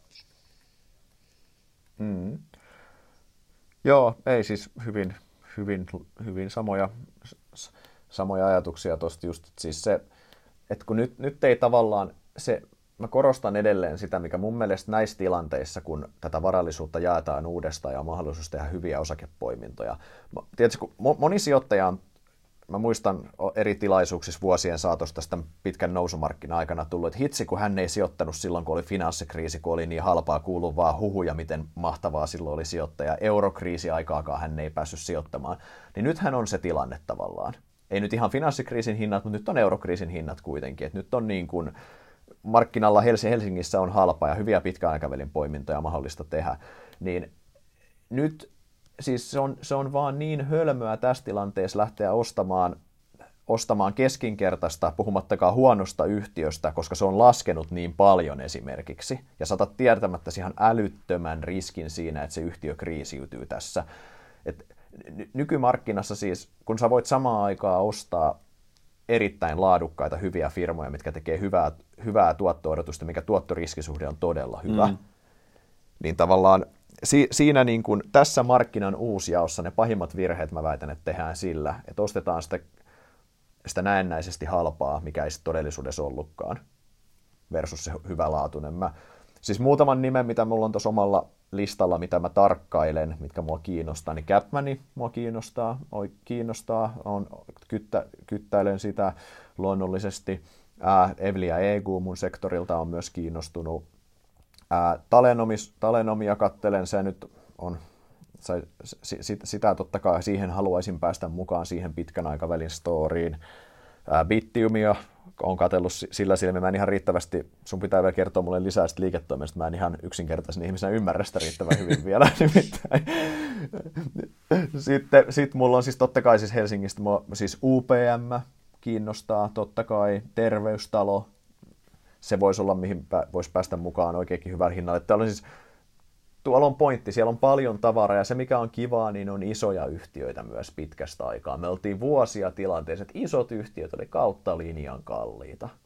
Mm. Joo, ei siis hyvin, hyvin, hyvin samoja, samoja ajatuksia tuosta just, että siis se, että kun nyt, nyt ei tavallaan se, mä korostan edelleen sitä, mikä mun mielestä näissä tilanteissa, kun tätä varallisuutta jaetaan uudestaan ja on mahdollisuus tehdä hyviä osakepoimintoja. Tietysti kun moni sijoittaja on, mä muistan eri tilaisuuksissa vuosien saatossa tästä pitkän nousumarkkina-aikana tullut, että hitsi, kun hän ei sijoittanut silloin, kun oli finanssikriisi, kun oli niin halpaa, kuuluu vaan huhuja, miten mahtavaa silloin oli sijoittaja. Eurokriisi aikaakaan hän ei päässyt sijoittamaan. Niin nythän on se tilanne tavallaan. Ei nyt ihan finanssikriisin hinnat, mutta nyt on eurokriisin hinnat kuitenkin. Että nyt on niin kuin markkinalla Helsingissä on halpaa ja hyviä pitkän aikavälin poimintoja mahdollista tehdä, niin nyt siis se on, se on vaan niin hölmöä tässä tilanteessa lähteä ostamaan, ostamaan keskinkertaista, puhumattakaan huonosta yhtiöstä, koska se on laskenut niin paljon esimerkiksi, ja saatat tietämättä ihan älyttömän riskin siinä, että se yhtiö kriisiytyy tässä. Et nykymarkkinassa siis, kun sä voit samaan aikaan ostaa erittäin laadukkaita, hyviä firmoja, mitkä tekee hyvää, hyvää tuotto-odotusta, mikä tuottoriskisuhde on todella hyvä. Mm. Niin tavallaan si, siinä niin kuin tässä markkinan uusjaossa ne pahimmat virheet mä väitän, että tehdään sillä, että ostetaan sitä, sitä näennäisesti halpaa, mikä ei todellisuudessa ollutkaan, versus se hyvälaatuinen. Mä, siis muutaman nimen, mitä mulla on tuossa omalla listalla, mitä mä tarkkailen, mitkä mua kiinnostaa, niin Capmani mua kiinnostaa, oi, kiinnostaa, on, kyttä, kyttäilen sitä luonnollisesti. Ää, Evli ja E G U mun sektorilta on myös kiinnostunut. Ää, Talenomis, Talenomia kattelen, se nyt on, se, sit, sitä totta kai siihen haluaisin päästä mukaan siihen pitkän aikavälin storyin. Ää, Bittiumia on katsellut sillä silmin, mä en ihan riittävästi, sun pitää vielä kertoa mulle lisää sitä liiketoimesta, mä en ihan yksinkertaisen ihmisenä ymmärrä sitä riittävän hyvin vielä nimittäin. Sitten sit mulla on siis totta kai siis Helsingistä, siis U P M kiinnostaa, totta kai Terveystalo, se voisi olla mihin voisi päästä mukaan oikeinkin hyvällä hinnalla. Täällä on siis, tuolla on pointti, siellä on paljon tavaraa ja se mikä on kivaa, niin on isoja yhtiöitä myös pitkästä aikaa. Me oltiin vuosia tilanteessa, että isot yhtiöt oli kautta linjan kalliita.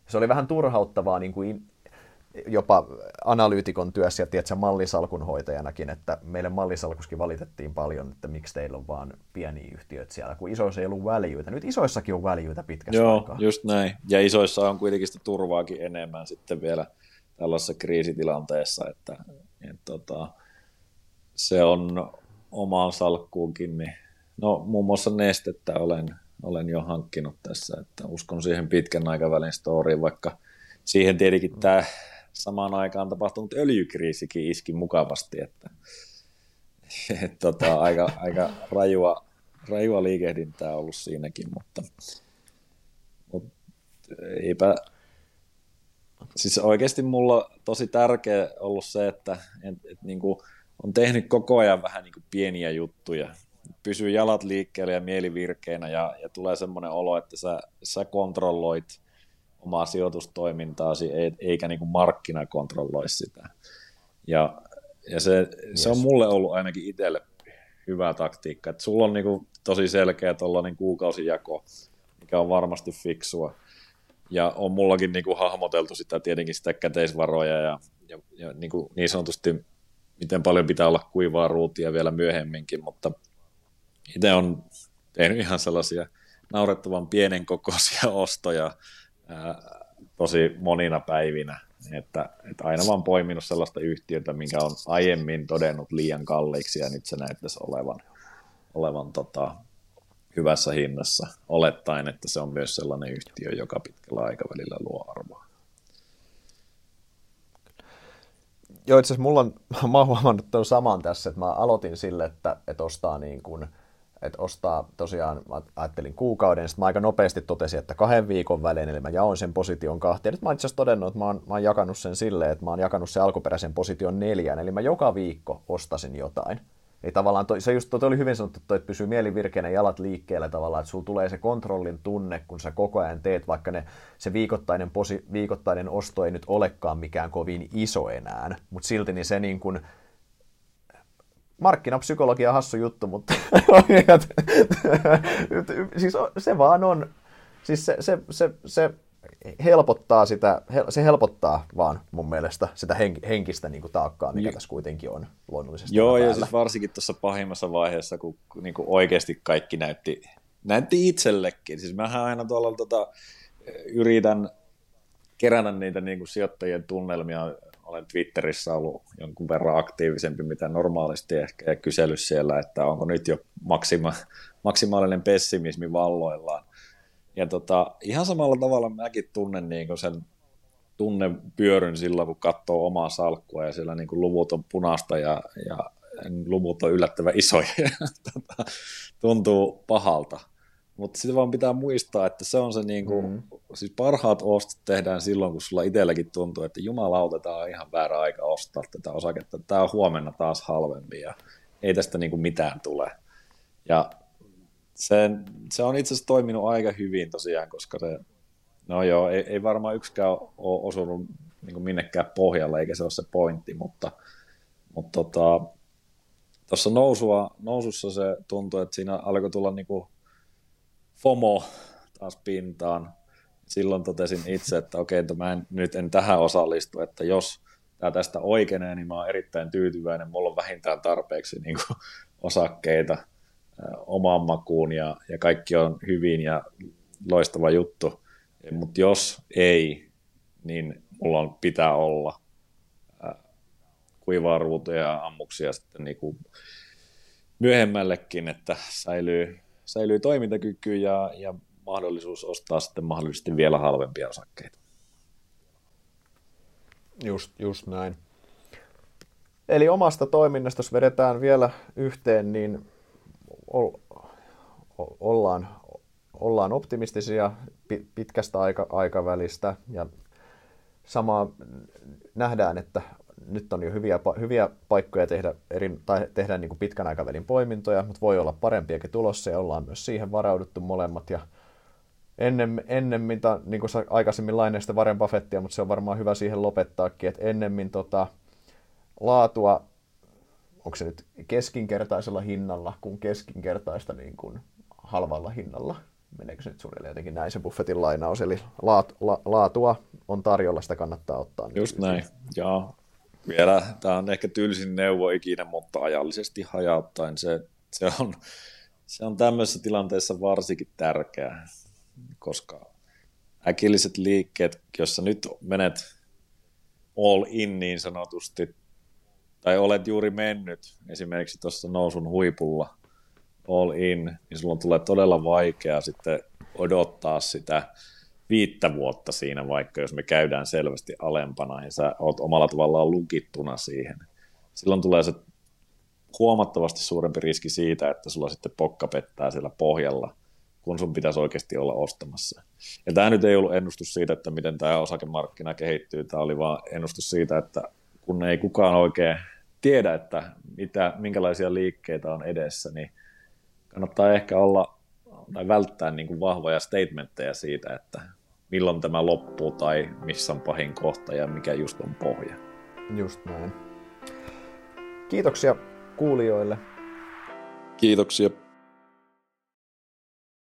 Se oli vähän turhauttavaa niin kuin jopa analyytikon työssä ja tiedätkö, mallisalkunhoitajanakin, että meille mallisalkuskin valitettiin paljon, että miksi teillä on vaan pieniä yhtiöitä siellä, kun isoissa ei ollut väljyyttä. Nyt isoissakin on väljyyttä pitkästä Joo, aikaa. just näin. Ja isoissa on kuitenkin sitä turvaakin enemmän sitten vielä tällaisessa kriisitilanteessa, että, että tota, se on omaan salkkuunkin. Niin, no muun muassa nestettä olen, olen jo hankkinut tässä, että uskon siihen pitkän aikavälin storyin, vaikka siihen tietenkin tämä samaan aikaan tapahtunut öljykriisikin iski mukavasti, että et, tota, aika, aika rajua, rajua liikehdintää ollut siinäkin, mutta, mutta eipä, siis oikeasti mulla tosi tärkeä ollut se, että et, et, niin kuin, on tehnyt koko ajan vähän niin kuin pieniä juttuja, pysyy jalat liikkeellä ja mieli virkeänä ja, ja tulee semmoinen olo, että sä, sä kontrolloit omaa sijoitustoimintaasi, eikä niin kuin markkina kontrolloi sitä. Ja, ja se, yes. se on mulle ollut ainakin itselle hyvä taktiikka, että sulla on niin kuin tosi selkeä tollainen kuukausijako, mikä on varmasti fiksua. Ja on mullakin niin kuin hahmoteltu sitä tietenkin sitä käteisvaroja ja, ja, ja niin, kuin niin sanotusti miten paljon pitää olla kuivaa ruutia vielä myöhemminkin, mutta itse on tehnyt ihan sellaisia naurettavan pienen kokoisia ostoja ää, tosi monina päivinä, että, että aina vaan poiminut sellaista yhtiötä, minkä on aiemmin todennut liian kalliiksi ja nyt se näyttäisi olevan, olevan tota, hyvässä hinnassa, olettaen, että se on myös sellainen yhtiö, joka pitkällä aikavälillä luo arvoa. Joo, itse asiassa mulla on, mä oon huomannut tuon saman tässä, että mä aloitin sille, että, että ostaa niin kuin, että ostaa tosiaan, mä ajattelin kuukauden, sitten mä aika nopeasti totesin, että kahden viikon välein, eli mä jaoin sen position kahteen. Nyt mä oon itse asiassa todennut, että mä oon, mä oon jakanut sen silleen, että mä oon jakanut sen alkuperäisen position neljään, eli mä joka viikko ostasin jotain. Eli tavallaan toi, se just toi oli hyvin sanottu, toi, että pysyy mieli virkeänä, jalat liikkeellä tavallaan, että sulla tulee se kontrollin tunne, kun sä koko ajan teet, vaikka ne, se viikoittainen, posi, viikoittainen osto ei nyt olekaan mikään kovin iso enää, mutta silti niin se niin kuin, markkinapsykologia on hassu juttu, mutta siis se vaan on, siis se, se, se, se helpottaa sitä, se helpottaa vaan mun mielestä sitä henkistä niin kuin taakkaa, mikä tässä kuitenkin on luonnollisesti. Joo, ja siis varsinkin tuossa pahimmassa vaiheessa, kun niin kuin oikeasti kaikki näytti, näytti itsellekin. Siis mähän aina tuolla tota, yritän kerätä niitä niin kuin sijoittajien tunnelmia. Olen Twitterissä ollut jonkun verran aktiivisempi, mitä normaalisti ehkä, ja kysellyt siellä, että onko nyt jo maksima, maksimaalinen pessimismi valloillaan. Ja tota, ihan samalla tavalla mäkin tunnen niin sen tunnepyöryn silloin, kun katsoo omaa salkkua, ja siellä niin luvut on punaista, ja, ja luvut on yllättävän isoja, ja tota, tuntuu pahalta. Mutta sitten vaan pitää muistaa, että se on se, niin kuin, mm-hmm. siis parhaat ostot tehdään silloin, kun sulla itselläkin tuntuu, että jumalauta, tämä on ihan väärä aika ostaa tätä osaketta. Tämä on huomenna taas halvempi ja ei tästä niin kuin mitään tule. Ja se, se on itse asiassa toiminut aika hyvin tosiaan, koska se, no joo, ei, ei varmaan yksikään ole osunut niin kuin minnekään pohjalle, eikä se ole se pointti, mutta mutta tota, tuossa nousua, nousussa se tuntui, että siinä alkoi tulla niin kuin FOMO taas pintaan. Silloin totesin itse, että okei, että mä en, nyt en tähän osallistu, että jos tämä tästä oikeenee, niin mä oon erittäin tyytyväinen. Mulla on vähintään tarpeeksi niin kuin osakkeita ä, omaan makuun ja, ja kaikki on hyvin ja loistava juttu. Mutta jos ei, niin mulla on, pitää olla ä, kuivaa ruutuja ja ammuksia sitten niin kuin myöhemmällekin, että säilyy säilyy toimintakyky ja, ja mahdollisuus ostaa sitten mahdollisesti vielä halvempia osakkeita. Just, just näin. Eli omasta toiminnasta, jos vedetään vielä yhteen, niin o, o, ollaan, ollaan optimistisia pitkästä aika, aikavälistä ja samaa nähdään, että nyt on jo hyviä, hyviä paikkoja tehdä, eri, tai tehdä niin kuin pitkän aikavälin poimintoja, mutta voi olla parempiakin tulossa ja ollaan myös siihen varauduttu molemmat. Ja ennemmin, ennemmin ta, niin kuin aikaisemmin laineista Warren Buffettia, mutta se on varmaan hyvä siihen lopettaakin, että ennemmin tota, laatua, onko se nyt keskinkertaisella hinnalla, kuin keskinkertaista niin kuin halvalla hinnalla. Meneekö se nyt suunnilleen jotenkin näin se Buffettin lainaus, eli laat, la, laatua on tarjolla, sitä kannattaa ottaa. Just näin, ja vielä tämä on ehkä tylsin neuvo ikinä, mutta ajallisesti hajauttaen se, se, on, se on tämmöisessä tilanteessa varsinkin tärkeää, koska äkilliset liikkeet, jos sä nyt menet all in niin sanotusti, tai olet juuri mennyt esimerkiksi tuossa nousun huipulla all in, niin sulla tulee todella vaikea sitten odottaa sitä viittä vuotta siinä, vaikka jos me käydään selvästi alempana ja sä oot omalla tavallaan lukittuna siihen. Silloin tulee se huomattavasti suurempi riski siitä, että sulla sitten pokka pettää siellä pohjalla, kun sun pitäisi oikeasti olla ostamassa. Ja tämä nyt ei ollut ennustus siitä, että miten tämä osakemarkkina kehittyy, tämä oli vaan ennustus siitä, että kun ei kukaan oikein tiedä, että mitä, minkälaisia liikkeitä on edessä, niin kannattaa ehkä olla tai välttää niin kuin vahvoja statementteja siitä, että milloin tämä loppuu tai missä on pahin kohta ja mikä just on pohja. Just näin. Kiitoksia kuulijoille. Kiitoksia.